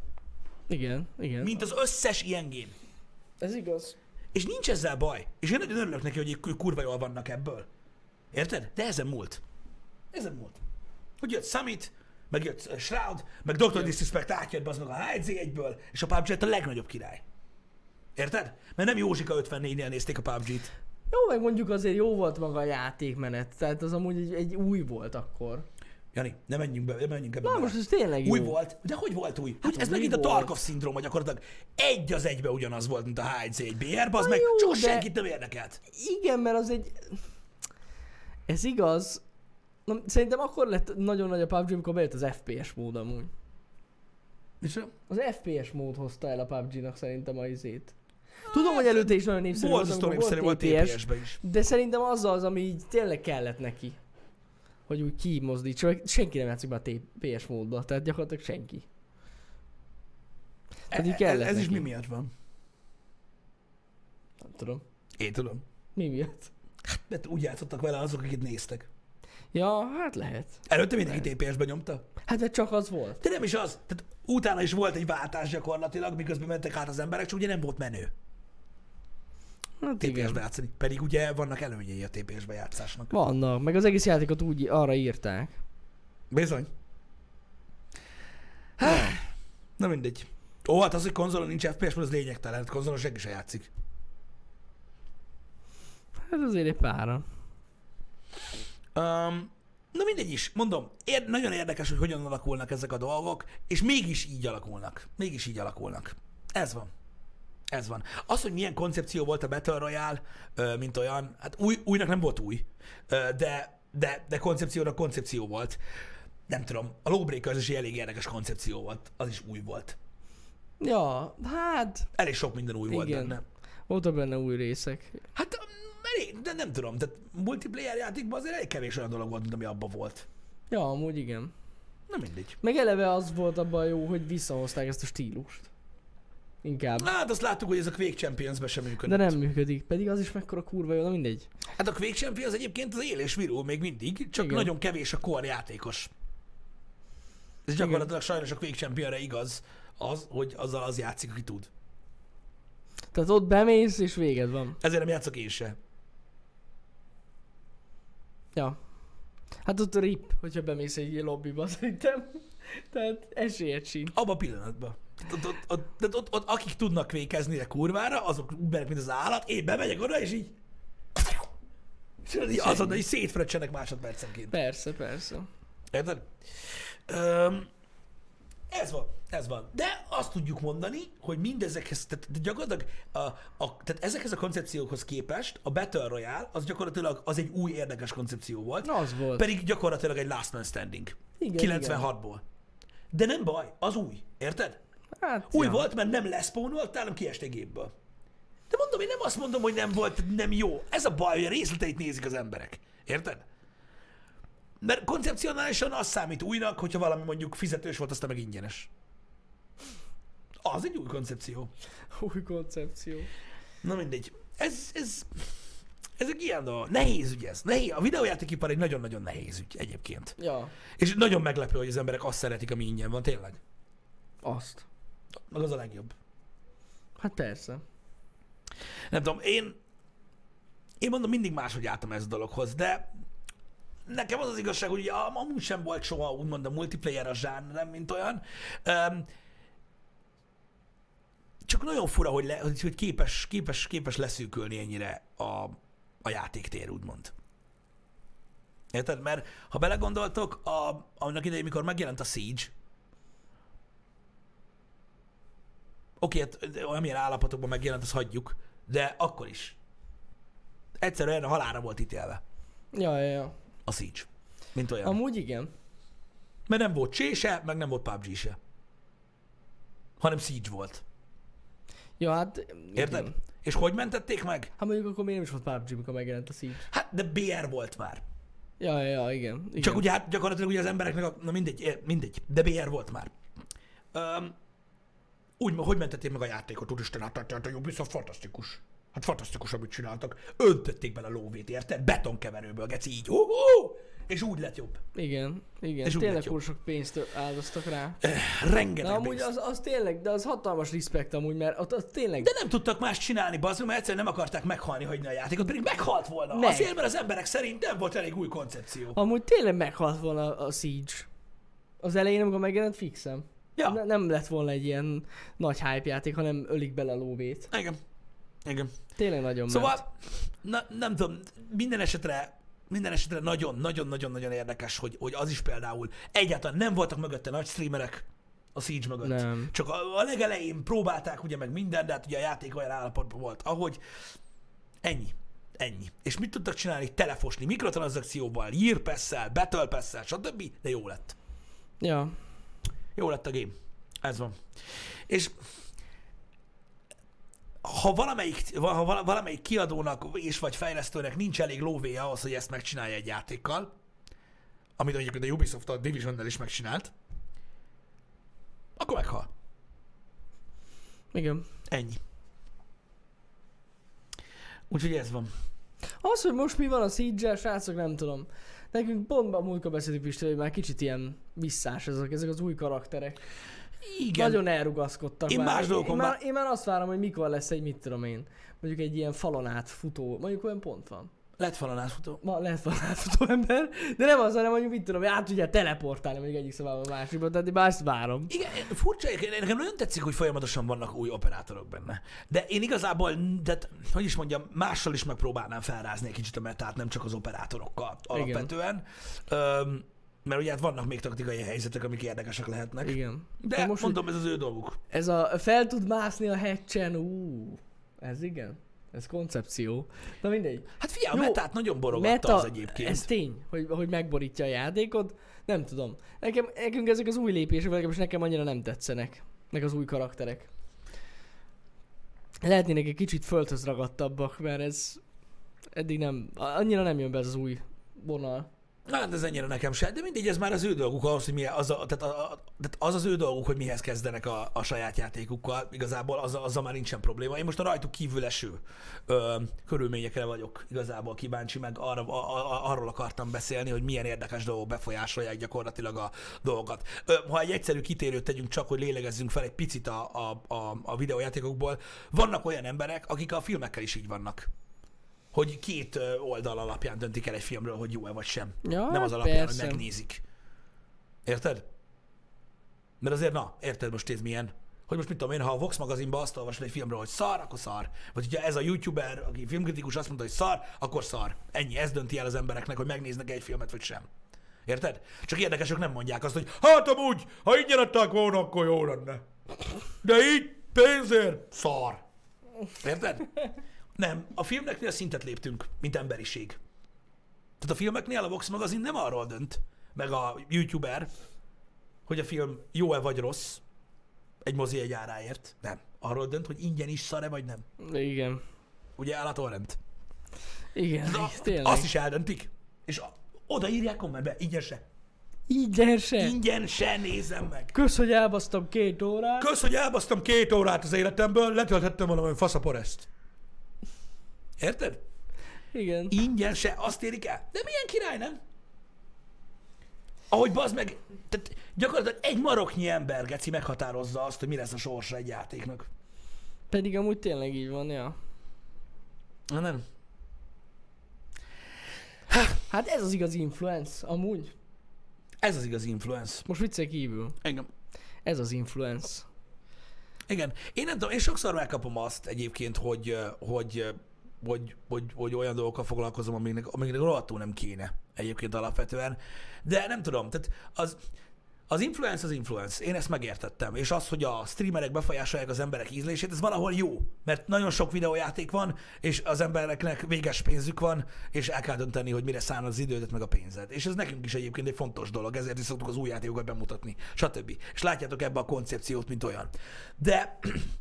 Igen, igen. Mint az összes ilyen game. Ez igaz. És nincs ezzel baj. És én nagyon örülök neki, hogy ők kurva jól vannak ebből. Érted? De ezen múlt. Ezen múlt. Hogy jött Summit, meg jött uh, Shroud, meg doktor Disrespect átjött az meg a há egy zé egyből, és a pé u bé gé lett a legnagyobb király. Érted? Mert nem Józsika ötvennégynél nézték a pé u bé gét. Jó, meg mondjuk azért jó volt maga a játékmenet, tehát az amúgy egy, egy új volt akkor. Jani, ne menjünk, be, ne menjünk ebbe Na bele. most ez tényleg jó. Új volt? De hogy volt új? Hát ez az megint új a volt. Tarkov szindróma gyakorlatilag. Egy az egybe ugyanaz volt, mint a há egy zé egy bé er, az Na meg jó, csak de- senkit nem érdekelt. Igen, mert az egy... Ez igaz. Na, szerintem akkor lett nagyon nagy a pé u bé gé, amikor bejött az ef pé es mód amúgy. És Az ef pé es mód hozta el a pé u bé gének szerintem a izét. Tudom, hogy előtte is nagyon népszerű volt, volt, az amikor népszerű volt té pé es, té pé es-be is. de szerintem az az, ami így tényleg kellett neki. Hogy úgy kimozdítsa, meg senki nem játszik be a té pé es módba, tehát gyakorlatilag senki. Tehát így Ez, kellett ez is neki. mi miatt van? Nem tudom. Én tudom. Mi miatt? Mert úgy játszottak vele azok, akik néztek. Ja, hát lehet. Előtte mindenki té pé es-be nyomta. Hát mert csak az volt. De nem is az. Tehát utána is volt egy váltás gyakorlatilag, miközben mentek át az emberek, csak ugye nem volt menő Hát té pé es-be igen. játszani. Pedig ugye vannak előnyei a té pé es-be játszásnak. Vannak, meg az egész játékot úgy arra írták. Bizony. Há, na mindegy. Ó, hát az, hogy konzolon nincs ef pé es, az lényegtelen. Konzolon senki se játszik. Hát azért egy páran. Um, na mindegy is, mondom, ér- nagyon érdekes, hogy hogyan alakulnak ezek a dolgok, és mégis így alakulnak. Mégis így alakulnak. Ez van. Ez van. Az, hogy milyen koncepció volt a Battle Royale, ö, mint olyan, hát új, újnak nem volt új, ö, de, de, de koncepcióra koncepció volt. Nem tudom, a Lawbreakers is egy elég érdekes koncepció volt, az is új volt. Ja, hát Elég sok minden új volt igen. benne. Voltak benne új részek. Hát um, elég, de nem tudom, tehát multiplayer játékban azért elég kevés olyan dolog volt, mint ami abban volt. Ja, amúgy igen. Na mindegy. Meg eleve az volt abban jó, hogy visszahozták ezt a stílust. Inkább. Hát azt láttuk, hogy ez a Quake Champions-ben sem működött. De nem működik, pedig az is mekkora kurva jó, na mindegy. Hát a Quake Champions egyébként az él és virul még mindig, csak Igen. nagyon kevés a core játékos. Ez gyakorlatilag sajnos a Quake Championre igaz az, hogy azzal az játszik, aki tud. Tehát ott bemész és véged van. Ezért nem játszok én se. Ja. Hát ott a rip, hogyha bemész egy ilyen lobbyba szerintem. Tehát esélyed sincs. Abban a pillanatban. Ott, ott, ott, ott, ott, ott, akik tudnak kvékezni de kurvára, azok uberek, mint az állat, én bemegyek oda, és így... Azonnal így szétfröccsenek másodpercenként. Persze, persze. Érted? Öm, ez van, ez van. De azt tudjuk mondani, hogy mindezekhez, tehát gyakorlatilag a, a, tehát ezekhez a koncepciókhoz képest a Battle Royale az gyakorlatilag az egy új érdekes koncepció volt. Na, az volt. Pedig gyakorlatilag egy Last Man Standing. Igen, kilencvenhatból. De nem baj, az új, érted? Hát, Új ja. volt, mert nem leszpónoltál, hanem kiestél gépből. De mondom, én nem azt mondom, hogy nem volt, nem jó. Ez a baj, hogy a részleteit nézik az emberek. Érted? Mert koncepcionálisan az számít újnak, hogyha valami mondjuk fizetős volt, aztán meg ingyenes. Az egy új koncepció. Új koncepció. Na mindegy. Ez, ez, ez egy ilyen dolog. Nehéz ügy ez. Nehéz. A videójátékipar egy nagyon-nagyon nehéz ügy egyébként. Ja, És nagyon meglepő, hogy az emberek azt szeretik, ami ingyen van, tényleg. azt. Meg az a legjobb. Hát persze. Nem tudom, én, én mondom, mindig máshogy álltam ez a dologhoz, de nekem az az igazság, hogy ugye amúgy sem volt soha úgymond a multiplayer a zsánrem, mint olyan. Um, csak nagyon fura, hogy, le, hogy képes, képes, képes leszűkölni ennyire a, a játéktér, úgymond. Érted? Mert ha belegondoltok, a, annak idején, mikor megjelent a Siege, oké, hát amilyen állapotokban megjelent, azt hagyjuk, de akkor is. Egyszerűen a halálra volt ítélve Ja, ja, ja. a Siege, mint olyan. Amúgy igen. Mert nem volt Csé se, meg nem volt pé u bé gé se. Hanem Siege volt. Ja, hát... Érted? Igen. És hogy mentették meg? Hát mondjuk akkor miért nem is volt pé u bé gé, mikor megjelent a Siege. Hát, de bé er volt már. Ja, ja, ja, igen. igen. Csak ugye hát gyakorlatilag ugye az embereknek, a, na mindegy, eh, mindegy, de bé er volt már. Um, úgy, hogy mentették meg a játékot, úristen, hát, hát, hát a Ubisoft fantasztikus. Hát fantasztikus, amit csináltak. Öntötték bele a lóvét, érted? Betonkeverőből, geci, így, hú, hú, és úgy lett jobb. Igen, igen. És úgy Tényleg lett túl sok pénzt áldoztak rá. Eh, rengeteg De amúgy pénzt. az, az tényleg, de az hatalmas respekt amúgy, mert ott az tényleg... De nem tudtak más csinálni, bazd meg, mert egyszerűen nem akarták meghalni, hagyni a játékot, pedig meghalt volna. Meg. Azért, mert az emberek szerint nem volt elég új koncepció. Amúgy tényleg meghalt volna a Siege. Az elején, amikor megjelent, fixem. Ja. Ne, nem lett volna egy ilyen nagy hype játék, hanem ölik bele a lóvét. Igen. Igen. Tényleg nagyon Szóval, ment. na, nem tudom, minden esetre minden esetre nagyon-nagyon-nagyon-nagyon érdekes, hogy, hogy az is például egyáltalán nem voltak mögötte nagy streamerek a Siege mögött. Nem. Csak a, a legelején próbálták ugye meg mindent, de hát ugye a játék olyan állapotban volt, ahogy ennyi. Ennyi. És mit tudtak csinálni? Telefosni mikrotranszakcióval, Year Pass-szel, Battle Pass-szel, stb. De jó lett. Ja. Jó lett a game. Ez van. És ha valamelyik, ha valamelyik kiadónak és vagy fejlesztőnek nincs elég lóvéja ahhoz, hogy ezt megcsinálja egy játékkal, amit egyébként a Ubisoft a Divisionnel is megcsinált, akkor meghal. Igen. Ennyi. Úgyhogy ez van. Az, hogy most mi van a Siege-el, srácok, nem tudom. Nekünk pont a múltkor beszéltük Pisti, hogy már kicsit ilyen visszás ezek, ezek az új karakterek. Igen. Nagyon elrugaszkodtak Én már. más dolgokon én, már, már- én már azt várom, hogy mikor lesz egy, mit tudom én, mondjuk egy ilyen falon át futó, mondjuk olyan pont van. Lett falon átfutó. Ma lehet falon át futó ember, de nem az, hanem mondjuk mit tudom, hogy át tudja teleportálni mondjuk egyik szobába a másikba, tehát én már ezt várom. Igen, furcsa, nekem nagyon tetszik, hogy folyamatosan vannak új operátorok benne. De én igazából, de, hogy is mondjam, mással is megpróbálnám felrázni egy kicsit a metát, nem csak az operátorokkal alapvetően. Öm, mert ugye hát vannak még taktikai helyzetek, amik érdekesek lehetnek. Igen. De most, most, mondom, ez az ő dolguk. Ez a fel tud mászni a hatchen, ú, ez igen. Ez koncepció. Na mindegy. Hát figyelj, a Jó, metát nagyon borogatta Meta, az egyébként. ez tény, hogy, hogy megborítja a játékot. Nem tudom. Nekem, nekünk ezek az új lépések, legalábbis nekem annyira nem tetszenek. Meg az új karakterek. Lehetnének egy kicsit földhöz ragadtabbak, mert ez eddig nem, annyira nem jön be ez az új vonal. Hát ez ennyire nekem se, de mindegy, ez már az ő dolguk ahhoz, hogy milyen, az, a, tehát, a, a, tehát az az ő dolguk, hogy mihez kezdenek a, a saját játékukkal. Igazából az, azzal már nincsen probléma. Én most a rajtuk kívül eső ö, körülményekre vagyok igazából kíváncsi, meg arra, a, a, arról akartam beszélni, hogy milyen érdekes dolgok befolyásolják gyakorlatilag a dolgokat. Ö, ha egy egyszerű kitérőt tegyünk csak, hogy lélegezzünk fel egy picit a, a, a, a videójátékokból, vannak olyan emberek, akik a filmekkel is így vannak. Hogy két oldal alapján döntik el egy filmről, hogy jó-e vagy sem. Ja, Nem az alapján, persze. hogy megnézik. Érted? Mert azért, na, érted most ez milyen? hogy most mit tudom én, ha a Vox magazinban azt olvasod egy filmről, hogy szar, akkor szar. Vagy hogyha ez a youtuber, aki filmkritikus azt mondta, hogy szar, akkor szar. Ennyi, ez dönti el az embereknek, hogy megnéznek egy filmet, vagy sem. Érted? Csak érdekesek nem mondják azt, hogy hát amúgy, ha ingyen adták volna, akkor jó lenne. De így pénzért szar. Érted? Nem, a filmeknél szintet léptünk, mint emberiség. Tehát a filmeknél a Vox magazin nem arról dönt, meg a youtuber, hogy a film jó-e vagy rossz, egy mozi egy áráért. Nem. Arról dönt, hogy ingyen is szar-e vagy nem. Igen. Ugye áll a torrent. Igen, Na, tényleg. azt is eldöntik. És a, odaírják kommentbe, ingyen se. Ingyen se. Ingyen se nézem meg. Kösz, hogy elbasztam két órát. Kösz, hogy elbasztam két órát az életemből, letölthettem valami faszaporeszt. Érted? Igen. Ingyen se, azt érik el. De milyen király, nem? Ahogy bazd meg, tehát gyakorlatilag egy maroknyi ember, geci, meghatározza azt, hogy mi lesz a sorsa egy játéknak. Pedig amúgy tényleg így van, ja. Na nem. Hát ez az igazi influence, amúgy. Ez az igazi influence. Most viccek kívül. Igen. Ez az influence. Igen. Én nem tudom, én sokszor megkapom azt egyébként, hogy, hogy, hogy, hogy, hogy olyan dolgokkal foglalkozom, amiknek, amiknek rohadtul nem kéne egyébként alapvetően. De nem tudom, tehát az, az influence az influence. Én ezt megértettem. És az, hogy a streamerek befolyásolják az emberek ízlését, ez valahol jó. Mert nagyon sok videójáték van, és az embereknek véges pénzük van, és el kell dönteni, hogy mire szállna az idődet, meg a pénzed. És ez nekünk is egyébként egy fontos dolog, ezért is szoktuk az új játékokat bemutatni, stb. És látjátok ebbe a koncepciót, mint olyan. De...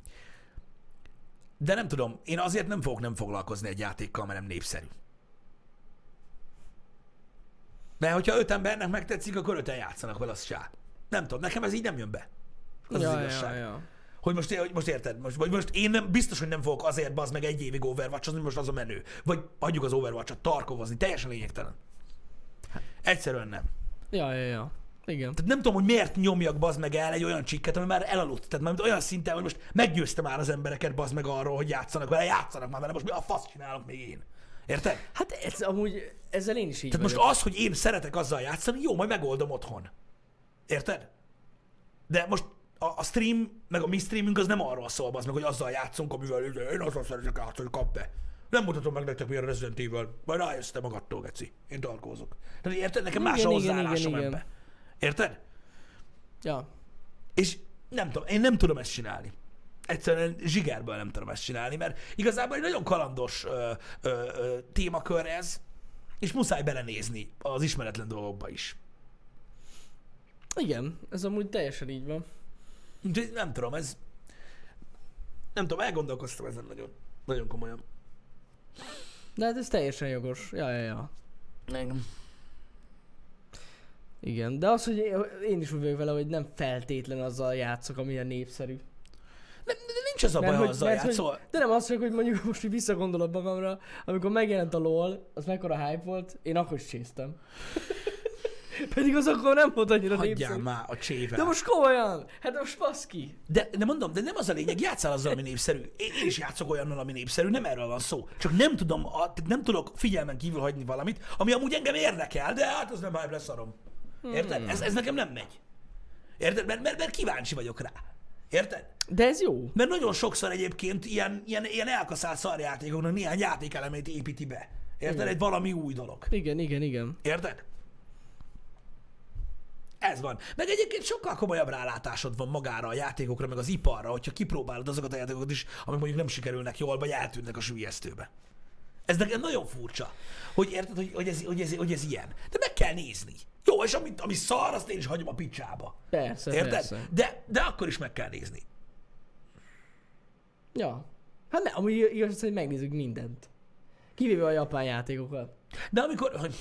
De nem tudom, én azért nem fogok nem foglalkozni egy játékkal, mert nem népszerű. Mert hogyha öt embernek megtetszik, akkor öten játszanak vele, az sá. Nem tudom, nekem ez így nem jön be. Az ja, az igazság. Ja, ja. Hogy most, hogy most érted, most, vagy most én nem, biztos, hogy nem fogok azért bazd meg egy évig Overwatch-ozni, most az a menő. Vagy hagyjuk az Overwatch-ot tarkovozni, teljesen lényegtelen. Egyszerűen nem. Ja, ja, ja. Igen. Tehát nem tudom, hogy miért nyomjak bazd meg el egy olyan csikket, ami már elaludt. Tehát már olyan szinten, hogy most meggyőzte már az embereket bazd meg arról, hogy játszanak vele, játszanak már vele, most mi a fasz csinálok még én. Érted? Hát ez amúgy, ezzel én is így Tehát vagyok. most az, hogy én szeretek azzal játszani, jó, majd megoldom otthon. Érted? De most a, a stream, meg a mi streamünk az nem arról szól, bazd meg, hogy azzal játszunk, amivel én azzal szeretek játszani, kap be. Nem mutatom meg nektek, milyen a Resident Evil. Majd rájöttem magadtól, geci. Én talkózok. Tehát érted? Nekem Igen, más a igen, hozzáállásom igen, igen. ebbe. Érted? Ja. És nem tudom, én nem tudom ezt csinálni. Egyszerűen zsigerből nem tudom ezt csinálni, mert igazából egy nagyon kalandos ö, ö, ö, témakör ez, és muszáj belenézni az ismeretlen dolgokba is. Igen, ez amúgy teljesen így van. Úgyhogy nem tudom, ez... Nem tudom, elgondolkoztam ezen nagyon, nagyon komolyan. De hát ez teljesen jogos. Ja, ja, ja. Nem. Igen, de az, hogy én is úgy vagyok vele, hogy nem feltétlen azzal játszok, amilyen népszerű. Nem, de nincs az a baj, Mert ha hogy- azzal mert hogy- játszol. De nem az, csak, hogy mondjuk most így visszagondolok magamra, amikor megjelent a LOL, az mekkora hype volt, én akkor is csésztem. Pedig az akkor nem volt annyira Hagyjál népszerű. már a csével. De most komolyan, hát most baszki. De, de mondom, de nem az a lényeg, játszál azzal, ami népszerű. Én, én is játszok olyannal, ami népszerű, nem erről van szó. Csak nem tudom, a, nem tudok figyelmen kívül hagyni valamit, ami amúgy engem érdekel, de hát az nem hype, leszarom. Érted? Hmm. Ez, ez nekem nem megy. Érted? Mert, mert, mert kíváncsi vagyok rá. Érted? De ez jó. Mert nagyon sokszor egyébként ilyen, ilyen, ilyen elkaszált szarjátékoknak néhány játékelemét építi be. Érted? Igen. Egy valami új dolog. Igen, igen, igen. Érted? Ez van. Meg egyébként sokkal komolyabb rálátásod van magára a játékokra, meg az iparra, hogyha kipróbálod azokat a játékokat is, amik mondjuk nem sikerülnek jól, vagy eltűnnek a süllyesztőbe. Ez nekem nagyon furcsa, hogy érted, hogy, hogy, ez, hogy, ez, hogy ez ilyen. De meg kell nézni. Jó, és amit, ami szar, azt én is hagyom a picsába. Persze, Érted? persze. De, de akkor is meg kell nézni. Ja. Hát ne, amúgy igaz, az, hogy megnézzük mindent. Kivéve a japán játékokat. De amikor... Hogy...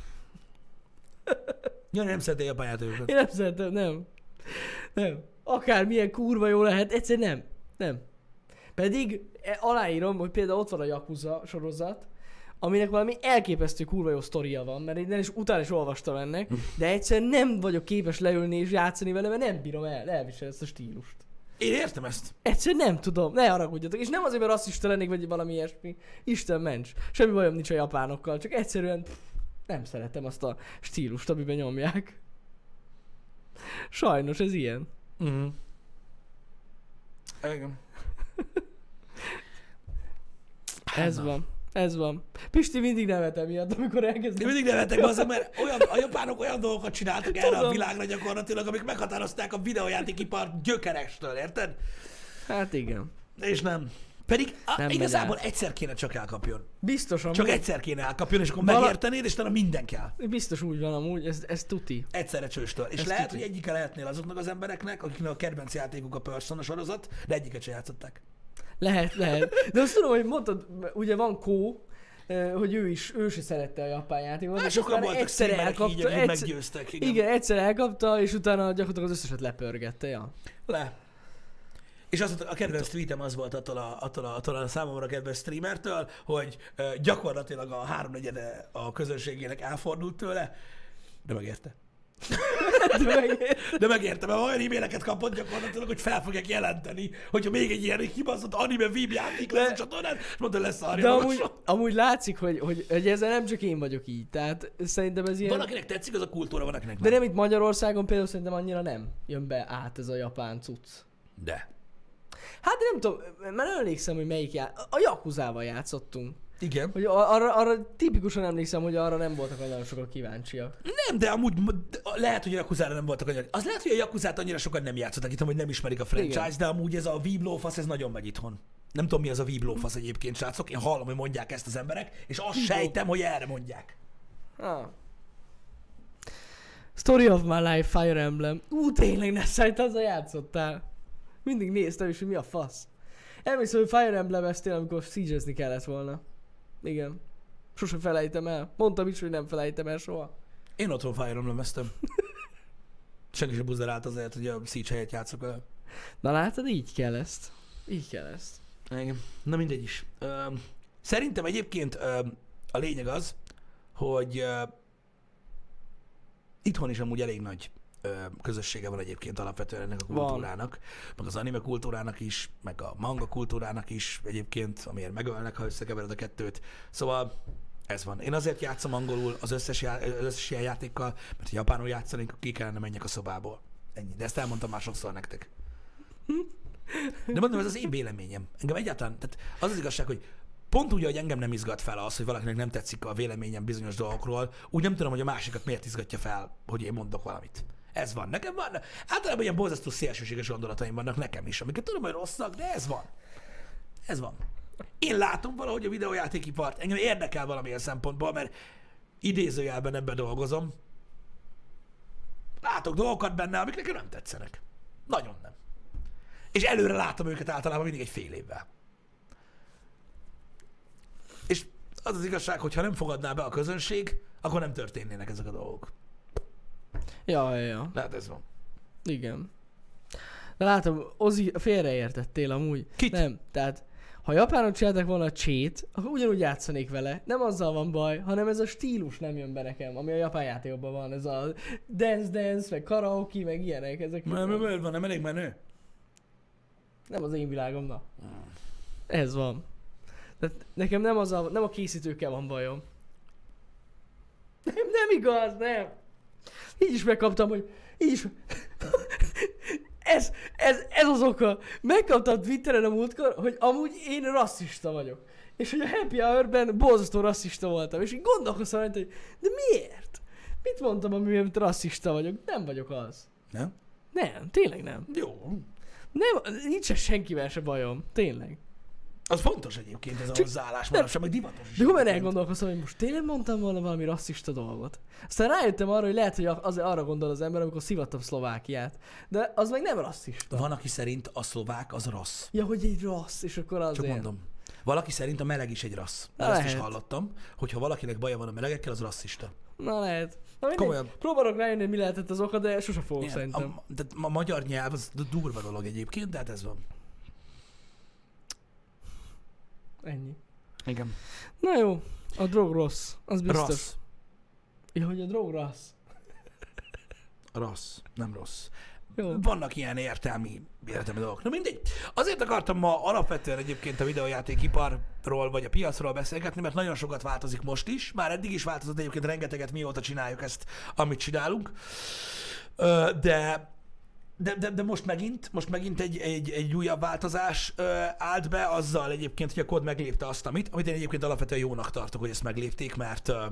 Jani nem szereti a japán játékokat. Én nem szeretem, nem. Nem. Akármilyen kurva jó lehet, egyszer nem. Nem. Pedig e, aláírom, hogy például ott van a Yakuza sorozat, aminek valami elképesztő kurva jó sztoria van, mert én is utána is olvastam ennek, de egyszer nem vagyok képes leülni és játszani vele, mert nem bírom el, elvisel ezt a stílust. Én értem ezt. Egyszer nem tudom, ne haragudjatok. És nem azért, mert rasszista lennék, vagy valami ilyesmi. Isten ments. Semmi bajom nincs a japánokkal, csak egyszerűen pff, nem szeretem azt a stílust, amiben nyomják. Sajnos ez ilyen. Uh-huh. Igen. Ez van. Ez van. Pisti mindig nevet emiatt, amikor elkezdem. Én mindig nevetek azért, mert olyan, a japánok olyan dolgokat csináltak erre Tudom. a világra gyakorlatilag, amik meghatározták a videójátékipar gyökerestől, érted? Hát igen. És nem. Pedig a, Nem igazából megy egyszer kéne csak elkapjon. Biztos amúgy. Csak egyszer kéne elkapjon, és akkor Vala- megértenéd, és utána minden kell. Biztos úgy van amúgy, ez, ez tuti. Egyszerre csőstől. És Ez lehet, tuti. hogy egyike lehetnél azoknak az embereknek, akiknek a kedvenc játékuk a Persona sorozat, de egyiket se játszották. Lehet, lehet. De azt tudom, hogy mondtad, ugye van Kó, eh, hogy ő is, ő se szerette a japán játékot. Hát és sokan aztán voltak egyszer streamerek így, elkapta, akik egyszer, meggyőztek. Igen. igen, egyszer elkapta, és utána gyakorlatilag az összeset lepörgette, ja. Le. És az a kedvenc tweetem az volt attól a, attól a, attól a számomra kedvenc streamertől, hogy uh, gyakorlatilag a háromnegyede a közönségének elfordult tőle, de megérte. De meg- De megérte, mert olyan e-maileket kapott gyakorlatilag, hogy fel fogják jelenteni, hogyha még egy ilyen kibaszott anime vib játék lesz a csatornán, és mondta, leszarja De magam. amúgy, amúgy látszik, hogy, hogy, hogy ezzel nem csak én vagyok így, tehát szerintem ez ilyen... Van, akinek tetszik, az a kultúra, van, akinek De nem. nem itt Magyarországon például szerintem annyira nem jön be át ez a japán cucc. De. Hát nem tudom, már nem emlékszem, hogy melyik já... A Yakuzával játszottunk. Igen. Hogy a- arra, arra tipikusan emlékszem, hogy arra nem voltak olyan sokan kíváncsiak. Nem, de amúgy de lehet, hogy a Yakuzára nem voltak annyira. Az lehet, hogy a Yakuzát annyira sokan nem játszottak itt, hogy nem ismerik a franchise, Igen. de amúgy ez a Weeb lófasz, ez nagyon megy itthon. Nem tudom, mi az a Weeb lófasz egyébként, srácok. Én hallom, hogy mondják ezt az emberek, és azt sejtem, hogy erre mondják. Ah. Story of my life, Fire Emblem. Ú, tényleg ne szájt, azzal játszottál. Mindig néztem is, hogy mi a fasz. Emlékszem, hogy Fire Emblem-eztél, amikor siege-ezni kellett volna. Igen. Sose felejtem el. Mondtam is, hogy nem felejtem el soha. Én otthon Fire Emblem-eztem. Senki sem buzderált azért, hogy a Siege helyet játszok el. Na látod, így kell ezt. Így kell ezt. Igen. Na mindegy is. Öm, szerintem egyébként öm, a lényeg az, hogy ö, itthon is amúgy elég nagy ö, közössége van egyébként alapvetően ennek a Van. kultúrának, meg az anime kultúrának is, meg a manga kultúrának is egyébként, amiért megölnek, ha összekevered a kettőt. Szóval ez van. Én azért játszom angolul az összes, já- az összes ilyen játékkal, mert ha japánul játszanék, ki kellene menjek a szobából. Ennyi. De ezt elmondtam már sokszor nektek. De mondom, ez az én véleményem. Engem egyáltalán, tehát az az igazság, hogy pont úgy, hogy engem nem izgat fel az, hogy valakinek nem tetszik a véleményem bizonyos dolgokról, úgy nem tudom, hogy a másikat miért izgatja fel, hogy én mondok valamit. Ez van. Nekem van. Általában ilyen borzasztó szélsőséges gondolataim vannak nekem is, amiket tudom, hogy rosszak, de ez van. Ez van. Én látom valahogy a videójátékipart, engem érdekel valamilyen szempontból, mert idézőjelben ebben dolgozom. Látok dolgokat benne, amik nekem nem tetszenek. Nagyon nem. És előre látom őket általában mindig egy fél évvel. És az az igazság, hogy ha nem fogadná be a közönség, akkor nem történnének ezek a dolgok. Ja, ja, ja. Hát ez van. Igen. De látom, Ozi, félreértettél amúgy. Kit? Nem, tehát ha japánok csináltak volna a csét, akkor ugyanúgy játszanék vele. Nem azzal van baj, hanem ez a stílus nem jön be nekem, ami a japán játékokban van. Ez a dance-dance, meg karaoke, meg ilyenek. Ezek Mert miért van, nem elég menő? nem az én világom, na. Ez van. Tehát nekem nem, az a, nem a készítőkkel van bajom. Nem, nem igaz, nem. Így is megkaptam, hogy így is... ez, ez, ez az oka. Megkaptam Twitteren a múltkor, hogy amúgy én rasszista vagyok. És hogy a Happy Hour-ben borzasztó rasszista voltam. És így gondolkoztam rajta, hogy de miért? Mit mondtam, amiben rasszista vagyok? Nem vagyok az. Nem? Nem, tényleg nem. Jó. Nem, nincs senkivel se bajom. Tényleg. Az fontos egyébként ez a hozzáállás, manapság, meg divatos is. De komolyan egyébként. elgondolkoztam, hogy most tényleg mondtam volna valami rasszista dolgot. Aztán rájöttem arra, hogy lehet, hogy az, arra gondol az ember, amikor szivattam Szlovákiát. De az meg nem rasszista. Van, aki szerint a szlovák az rossz. Ja, hogy egy rassz, és akkor azért. Csak mondom. Valaki szerint a meleg is egy rassz. Na, Ezt is lehet. hallottam, hogy ha valakinek baja van a melegekkel, az rasszista. Na lehet. Na mindegy, Komolyan. próbálok rájönni, hogy mi lehetett az oka, de sose fogok Igen, szerintem. a, de a magyar nyelv az durva dolog egyébként, de hát ez van. Ennyi. Igen. Na jó, a drog rossz, az biztos. Rassz. Ja, hogy a drog rossz. Rassz, nem rossz. Jó. Vannak ilyen értelmi, értelmi dolgok. Na mindegy. Azért akartam ma alapvetően egyébként a videójátékiparról vagy a piacról beszélgetni, mert nagyon sokat változik most is. Már eddig is változott egyébként rengeteget, mióta csináljuk ezt, amit csinálunk. Ö, De de, de, de most megint, most megint egy, egy, egy újabb változás ö, állt be azzal egyébként, hogy a kód meglépte azt, amit, amit én egyébként alapvetően jónak tartok, hogy ezt meglépték, mert, ö,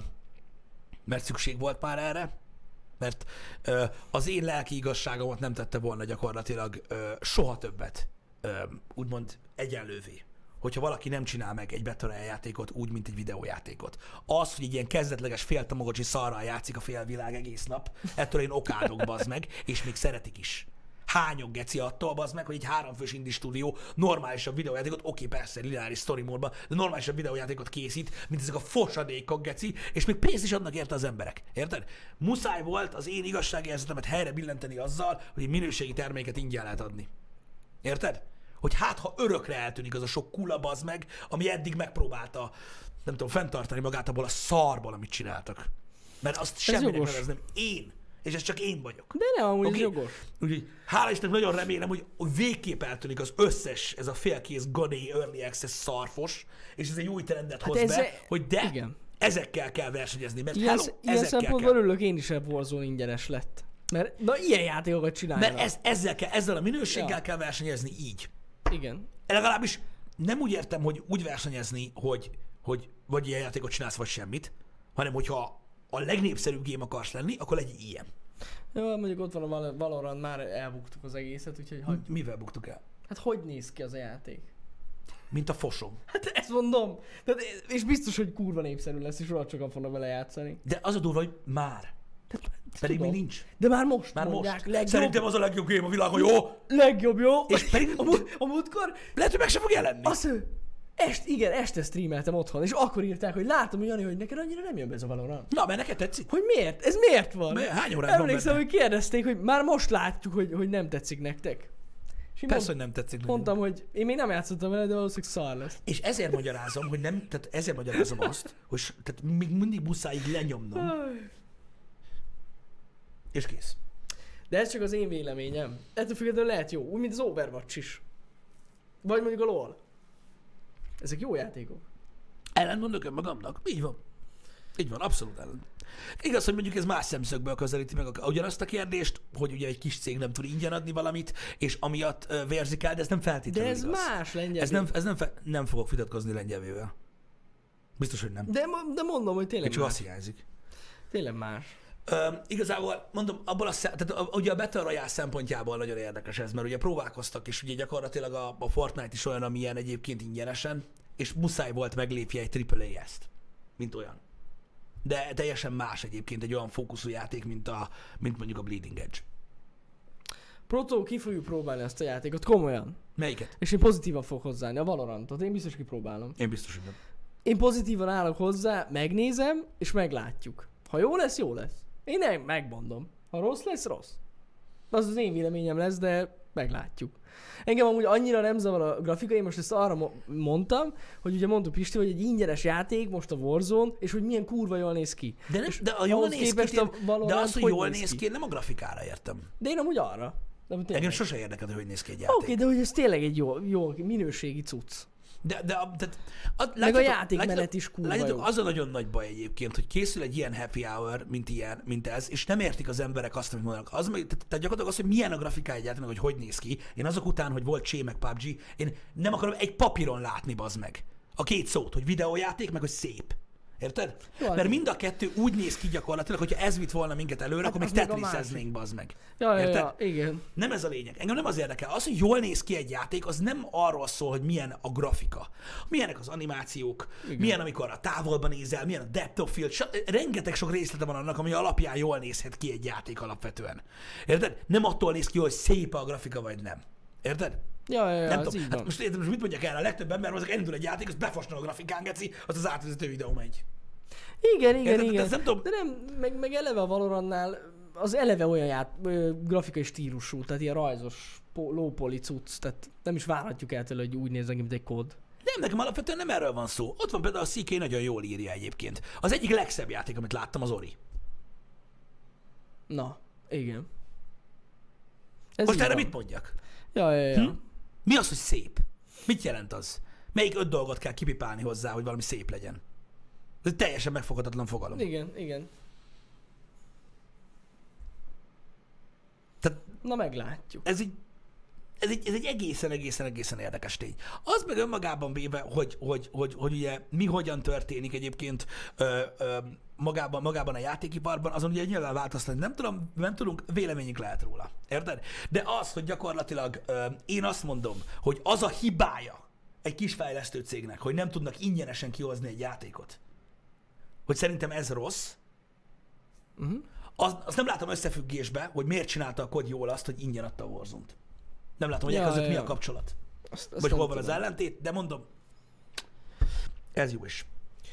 mert szükség volt már erre, mert ö, az én lelki igazságomat nem tette volna gyakorlatilag ö, soha többet ö, úgymond egyenlővé, hogyha valaki nem csinál meg egy Battle Royale játékot úgy, mint egy videójátékot. Az, hogy egy ilyen kezdetleges féltamagocsi szarral játszik a félvilág egész nap, ettől én okádok, bazd meg, és még szeretik is. Hányok geci attól, bazd meg, hogy egy háromfős indie stúdió normálisabb videójátékot, oké, persze, lineáris story módban, de normálisabb videójátékot készít, mint ezek a fosadékok, geci, és még pénzt is adnak érte az emberek. Érted? Muszáj volt az én igazságérzetemet helyre billenteni azzal, hogy minőségi terméket ingyen lehet adni. Érted? Hogy hát, ha örökre eltűnik az a sok kula, bazd meg, ami eddig megpróbálta, nem tudom, fenntartani magát abból a szarból, amit csináltak. Mert azt semminek nevezném én. És ez csak én vagyok. De nem, amúgy okay? ez jogos. Úgyhogy hála Istennek nagyon remélem, hogy, hogy végképp eltűnik az összes, ez a félkész Gané Early Access szarfos, és ez egy új trendet hát hoz be, e... hogy de igen. Ezekkel kell versenyezni, mert ilyen, hello, ilyen szempontból örülök én is, hogy Warzone ingyenes lett. Mert na ilyen játékokat csinálnak. Mert ez, ezzel, kell, ezzel a minőséggel ja. kell versenyezni így. Igen. Legalábbis nem úgy értem, hogy úgy versenyezni, hogy, hogy vagy ilyen játékot csinálsz, vagy semmit, hanem hogyha a legnépszerűbb game akarsz lenni, akkor legyen ilyen. Jó, mondjuk ott van a Valorant, már elbuktuk az egészet, úgyhogy hagyjuk. Mivel buktuk el? Hát hogy néz ki az a játék? Mint a fosom. Hát ezt mondom. Tehát, és biztos, hogy kurva népszerű lesz, és rohadt sokan fognak vele játszani. De az a durva, hogy már. Tehát, pedig tudom. Még nincs. De már most már mondják, most. Legjobb... Szerintem az a legjobb game a világon, jó? Legjobb, jó? És pedig a, múlt, a múltkor... Lehet, hogy meg sem fog jelenni. Azt ő... Est, igen, este streameltem otthon, és akkor írták, hogy látom, hogy Jani, hogy neked annyira nem jön be ez a Valorant. Na, mert neked tetszik. Hogy miért? Ez miért van? Mert hány órán van Emlékszem, hogy kérdezték, hogy már most látjuk, hogy, hogy nem tetszik nektek. És persze, mond, hogy nem tetszik. Mondtam, hogy én még nem játszottam vele, de valószínűleg szar lesz. És ezért magyarázom, hogy nem, tehát ezért magyarázom azt, hogy tehát még mindig muszáj lenyomnom. És kész. De ez csak az én véleményem. Ettől függetlenül lehet jó, úgy, mint az Overwatch is. Vagy mondjuk a LoL. Ezek jó játékok. Ellen mondok önmagamnak. Így van. Így van, abszolút ellen. Igaz, hogy mondjuk ez más szemszögből közelíti meg ugyanazt a kérdést, hogy ugye egy kis cég nem tud ingyen adni valamit, és amiatt uh, vérzik el, de ez nem feltétlenül De ez igaz. más, Lengyelvé. Ez nem, ez nem, fe, nem fogok vitatkozni Lengyelvével. Biztos, hogy nem. De, de mondom, hogy tényleg csak más. azt hiányzik. Tényleg más. Uh, igazából mondom, abból a szem, tehát a, ugye a Battle Royale szempontjából nagyon érdekes ez, mert ugye próbálkoztak, és ugye gyakorlatilag a, a Fortnite is olyan, amilyen egyébként ingyenesen, és muszáj volt meglépje egy triple A ezt, mint olyan. De teljesen más egyébként egy olyan fókuszú játék, mint, a, mint mondjuk a Bleeding Edge. Proto, ki fogjuk próbálni ezt a játékot, komolyan. Melyiket? És én pozitívan fog hozzáállni, a Valorantot, én biztos kipróbálom. Én biztos, hogy nem. Én pozitívan állok hozzá, megnézem, és meglátjuk. Ha jó lesz, jó lesz. Én nem megmondom. Ha rossz lesz, rossz. Az az én véleményem lesz, de meglátjuk. Engem amúgy annyira nem zavar a grafika, én most ezt arra mo- mondtam, hogy ugye mondtuk Pisti, hogy egy ingyenes játék most a Warzone, és hogy milyen kurva jól néz ki. De, nem, de a jól néz ki, a de az, hogy, hogy jól néz ki, nem a grafikára értem. De én amúgy arra. De engem sose érdekel, hogy hogy néz ki egy játék. Oké, okay, de hogy ez tényleg egy jó, jó minőségi cucc. De, de, de a, meg látjátok, a játékmenet is kurva látjátok, jó. az a nagyon nagy baj egyébként, hogy készül egy ilyen happy hour, mint ilyen, mint ez, és nem értik az emberek azt, amit mondanak. Az, tehát gyakorlatilag az, hogy milyen a grafikája egyáltalán, hogy hogy néz ki. Én azok után, hogy volt Csé meg pé u bé gé, én nem akarom egy papíron látni, bazd meg. A két szót, hogy videójáték, meg hogy szép. Érted? Jó, mert mind a kettő úgy néz ki gyakorlatilag, hogyha ez vitt volna minket előre, hát akkor még tetriseznénk, bazd meg. Ja, ja, ja, igen. Nem ez a lényeg. Engem nem az érdekel. Az, hogy jól néz ki egy játék, az nem arról szól, hogy milyen a grafika. Milyenek az animációk, igen. Milyen amikor a távolban nézel, milyen a depth of field. Rengeteg sok részlete van annak, ami alapján jól nézhet ki egy játék alapvetően. Érted? Nem attól néz ki, hogy szép a grafika, vagy nem. Érted? Ja, ja, ja, nem tudom. Hát most, érted, most mit mondjak el? A legtöbb ember, azok elindul egy játék, az befosna a grafikán, geci, az az átvezető videó megy. Igen, igen, érted? igen. Nem tudom. De nem, meg, meg eleve a Valorantnál az eleve olyan ját, ö, grafikai stílusú, tehát ilyen rajzos, low poly cucc, tehát nem is várhatjuk el tőle, hogy úgy nézzen ki, mint egy kód. Nem, nekem alapvetően nem erről van szó. Ott van például a cé ká nagyon jól írja egyébként. Az egyik legszebb játék, amit láttam, az Ori. Na, igen. Ez most erre van. mit mondjak? Ja, ja, ja. Hm? Mi az, hogy szép? Mit jelent az? Melyik öt dolgot kell kipipálni hozzá, hogy valami szép legyen? Ez egy teljesen megfoghatatlan fogalom. Igen, igen. Tehát Na meglátjuk. Ez egy, ez egy, ez egy egészen, egészen, egészen érdekes tény. Az meg önmagában véve, hogy, hogy, hogy, hogy ugye mi hogyan történik egyébként ö, ö, magában, magában a játékiparban, azon ugye nyilván változtatni nem, tudom, nem tudunk, véleményünk lehet róla. Érted? De az, hogy gyakorlatilag ö, én azt mondom, hogy az a hibája egy kis fejlesztő cégnek, hogy nem tudnak ingyenesen kihozni egy játékot, hogy szerintem ez rossz, Uh-huh. az, azt nem látom összefüggésbe, hogy miért csinálta a kod jól azt, hogy ingyen adta a Warzone-t. Nem látom, hogy Ja, ja, között ja. mi a kapcsolat. Azt, azt Vagy nem hol van az tudom. ellentét, de mondom, ez jó is.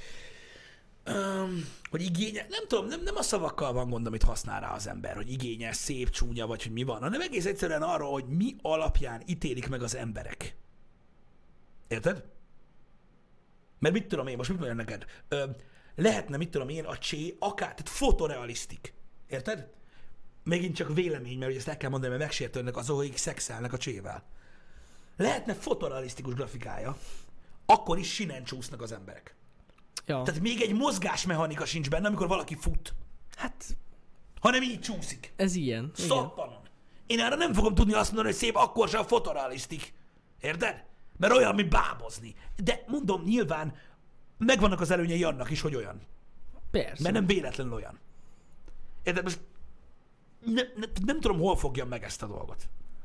Um, hogy igénye, nem tudom, nem, nem a szavakkal van gond, amit használ rá az ember, hogy igényes, szép, csúnya, vagy hogy mi van, hanem egész egyszerűen arról, hogy mi alapján ítélik meg az emberek. Érted? Mert mit tudom én, most mit mondjam neked? Ö, lehetne, mit tudom én, a csé akár, tehát fotorealisztik. Érted? Megint csak vélemény, mert ugye ezt el kell mondani, mert megsértődnek azok, akik szexelnek a csével. Lehetne fotorealisztikus grafikája, akkor is sinen csúsznak az emberek. Ja. Tehát még egy mozgásmechanika sincs benne, amikor valaki fut, Hát hanem így csúszik. ez ilyen. Igen. Szoppanon. Én erre nem fogom tudni azt mondani, hogy szép, akkor sem fotorealisztik. Érted? Mert olyan, mint bábozni. De mondom, nyilván megvannak az előnyei annak is, hogy olyan. Persze. Mert nem véletlenül olyan. Érted? Most ne, ne, nem tudom, hol fogjam meg ezt a dolgot.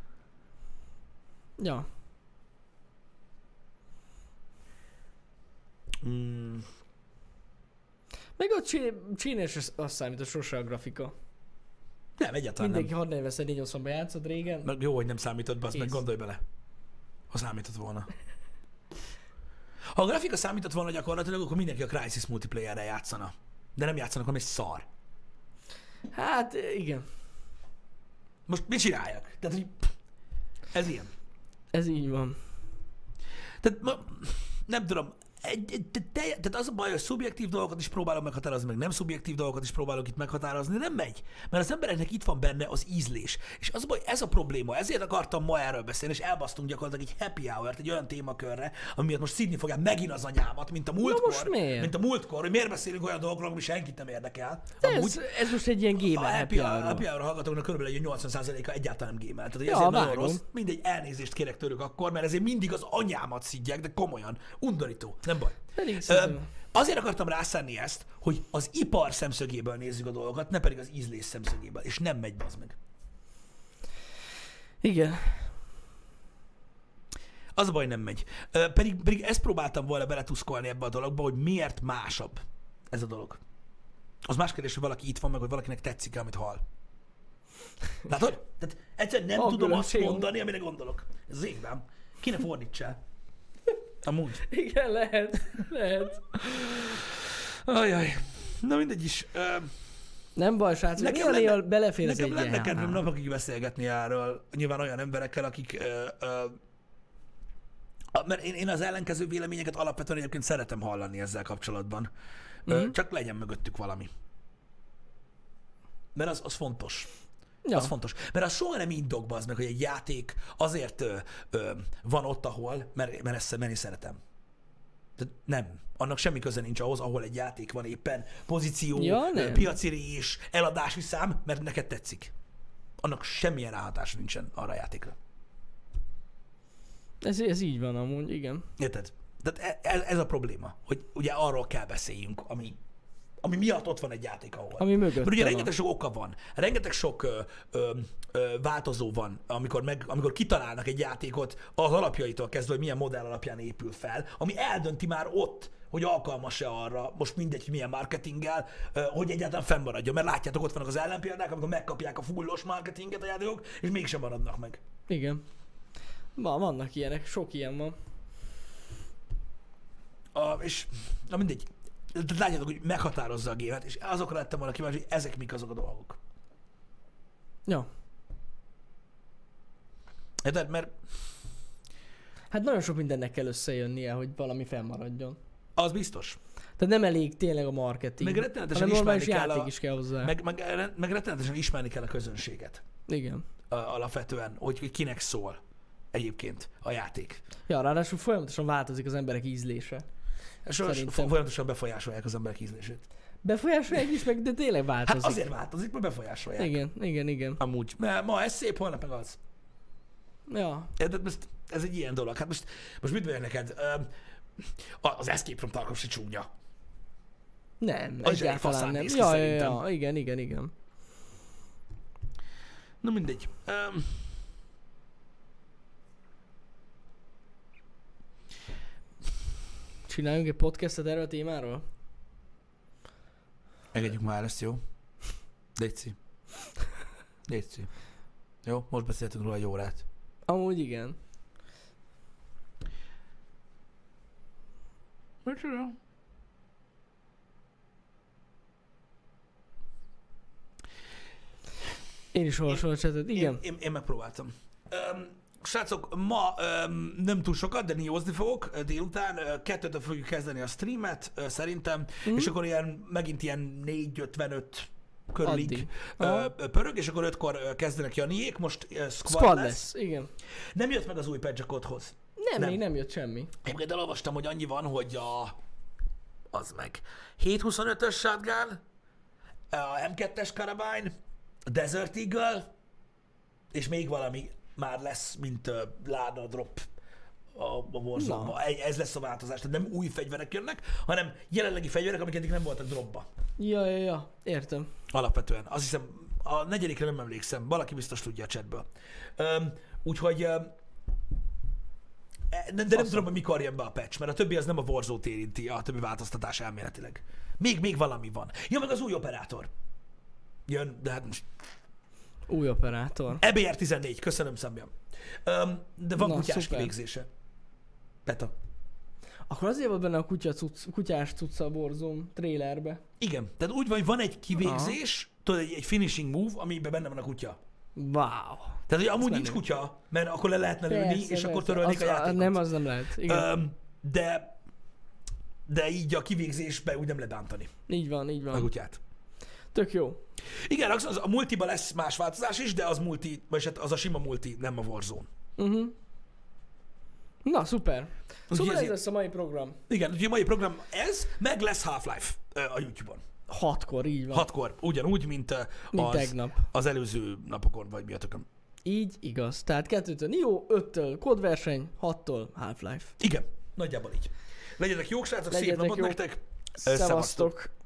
Ja. Mm. Meg a csínes azt számít a sose a grafika. Nem, egyáltalán Mindenki nem. hatszáznegyvenben négy nyolcvanban játszott régen. Meg jó, hogy nem számított be, azt meg Kész. gondolj bele. Ha számított volna. Ha a grafika számított volna gyakorlatilag, akkor mindenki a Crysis multiplayerre játszana. De nem játszanak, hanem egy szar. Hát igen. Most mit csináljak? Tehát, hogy ez ilyen. Ez így van. Tehát ma, nem tudom, egy, egy, te, te, tehát az a baj, hogy szubjektív dolgokat is próbálok meghatározni, meg nem szubjektív dolgokat is próbálok itt meghatározni, nem megy. Mert az embereknek itt van benne az ízlés. És az a baj, ez a probléma. Ezért akartam ma erről beszélni, és elbasztunk gyakorlatilag egy happy hour-t egy olyan témakörre, ami miatt most szidni fogják megint az anyámat, mint a múltkor. most miért? Mint a múltkor, hogy miért beszélünk olyan dolgokról, ami senkit nem érdekel. De Amúgy, ez, ez most egy ilyen a gamer happy, happy a hour. happy hour hallgatóknak körülbelül egy nyolcvan százaléka egyáltalán nem gémel. Tehát hogy Ja, ezért nagyon vágom. rossz. Mindegy, elnézést kérek tőlük akkor, mert ezért mindig az anyámat szidják, de komolyan. Undorító. Nem baj. Pedig Ö, szerintem- azért akartam rászánni ezt, hogy az ipar szemszögéből nézzük a dolgokat, ne pedig az ízlés szemszögéből. És nem megy, bazd meg. Igen. Az a baj, nem megy. Ö, pedig, pedig ezt próbáltam volna beletuszkolni ebbe a dologba, hogy miért másabb ez a dolog. Az más kérdés, hogy valaki itt van, meg hogy valakinek tetszik, amit hall. Látod? Tehát egyszerűen nem A tudom azt különbség. mondani, amire gondolok. Ez az évben. Kéne fordítsál. Amúgy. Igen, lehet. Lehet. Ajaj. Na mindegy is. Ö, Nem baj, srácok. Nekem Néha, néha lenne- belefér ez Nekem egy lenne ilyen. kedvem napokig beszélgetni erről, nyilván olyan emberekkel, akik... Ö, ö, a- mert én, én az ellenkező véleményeket alapvetően egyébként szeretem hallani ezzel kapcsolatban. Ö, Mhm. csak legyen mögöttük valami. Mert az, az fontos. Ja. Az fontos. Mert az soha nem indok, bazd meg, hogy egy játék azért ö, ö, van ott, ahol, mert, mert ezt mert én szeretem. Tehát nem. Annak semmi köze nincs ahhoz, ahol egy játék van éppen. Pozíció, Ja, ö, nem. piaci rés, eladási szám, mert neked tetszik. Annak semmilyen ráhatása nincsen arra a játékra. Ez, ez így van amúgy, igen. Érted? Tehát ez, ez a probléma, hogy ugye arról kell beszéljünk, ami, ami miatt ott van egy játék, ahol. Ami mögött Mert ugye van. rengeteg sok oka van, rengeteg sok ö, ö, ö, változó van, amikor, meg, amikor kitalálnak egy játékot az alapjaitól kezdve, hogy milyen modell alapján épül fel, ami eldönti már ott, hogy alkalmas-e arra, most mindegy, hogy milyen marketinggel, ö, hogy egyáltalán fennmaradjon. Mert látjátok, ott vannak az ellenpéldák, amikor megkapják a fullos marketinget a játékok, és mégsem maradnak meg. Igen. Ma, vannak ilyenek, sok ilyen van. A, és na mindegy, tehát látjátok, hogy meghatározza a gémet, és azokra lettem volna kíváncsi, hogy ezek mik azok a dolgok. Ja. Érted? Mert Hát nagyon sok mindennek kell összejönnie, hogy valami fennmaradjon. az biztos. Tehát nem elég tényleg a marketing, Meg rettenetesen hanem normális ismerni kell játék a- is kell hozzá. Meg, meg, meg rettenetesen ismerni kell a közönséget Igen. a, alapvetően, hogy, hogy kinek szól egyébként a játék. Ja, ráadásul folyamatosan változik az emberek ízlése. És Szerintem. folyamatosan befolyásolják az emberek ízlését. Befolyásolják is meg, de tényleg változik. Hát azért változik, mert befolyásolják. Igen, igen, igen. Amúgy. Mert ma ez szép, holnap meg az. Ja. Érted? Most ez egy ilyen dolog. Hát most, most mit mondjak neked? Öm, Az Escape from Tarkov se csúnya. Nem, Az is egy egyáltalán faszán nem. néz ki Ja, ja, szerintem. ja, igen, igen, igen. Na mindegy. Öm, Csináljunk egy podcastet erről a témáról? Engedjük már ezt, jó? Léci. Léci. Jó? Most beszéltünk róla egy órát. Amúgy igen. Micsoda? Én is olvasom a csetet, igen. Én, én, én megpróbáltam. Um, srácok, ma um, nem túl sokat, de niózni fogok uh, délután. Uh, kettőtől fogjuk kezdeni a streamet, uh, szerintem. Mhm. És akkor ilyen, megint ilyen négy ötvenöt körülig Addig. uh, Aha. pörög, és akkor ötkor uh, kezdenek Janiék. Most uh, squad, Squad lesz. lesz, igen. Nem jött meg az új patch a kodhoz. Nem, Nem. még nem jött semmi. Egyébként elolvastam, hogy annyi van, hogy a... Az meg. hét huszonötös shotgun, a em kettes Carabine, a Desert Eagle, és még valami már lesz, mint uh, Lada Drop a, a Warzone-ba. Ez lesz a változás. Tehát nem új fegyverek jönnek, hanem jelenlegi fegyverek, amik eddig nem voltak dropba. Ja, ja, ja, értem. Alapvetően. Azt hiszem, a negyedikre nem emlékszem. Valaki biztos tudja a chatből. Um, úgyhogy... Um, de, de nem tudom, hogy mikor jön be a patch, mert a többi az nem a Warzone-t érinti, a többi változtatás elméletileg. Még, még valami van. Ja, meg az új operátor. Jön, de hát most... Új operátor. E bé er tizennégy, köszönöm Szemjam. Um, de van Na, kutyás szuper. kivégzése. Beta. Akkor azért volt benne a kutya cucc, kutyás cucca a Warzone trailerbe. Igen, tehát úgy van, hogy van egy kivégzés, tudod, egy, egy finishing move, amiben benne van a kutya. Wow. Tehát, hogy amúgy menő. nincs kutya, mert akkor le lehetne lőni, Persze, és akkor persze. törölnék az, a játékot. Nem, az nem lehet. Igen. Um, de, de így a kivégzésbe úgy nem lehet bántani Így van, így a van. kutyát. Tök jó. Igen, az, az, a multiba lesz más változás is, de az multi, vagy hát az a sima multi, nem a Warzone. Uh-huh. Na, szuper. Szóval ez ezért- lesz a mai program. Igen, úgyhogy a mai program ez, meg lesz Half-Life ö, a YouTube-on. Hatkor, így van. Hatkor, ugyanúgy, mint, ö, Mint az, tegnap. az előző napokon, vagy mi a tököm. Így igaz. Tehát kettőtől Nio, öttől kódverseny, hattól Half-Life. Igen, nagyjából így. Legyetek jók, srácok, szép Legyetek napot jók. nektek. Ö, Szevasztok.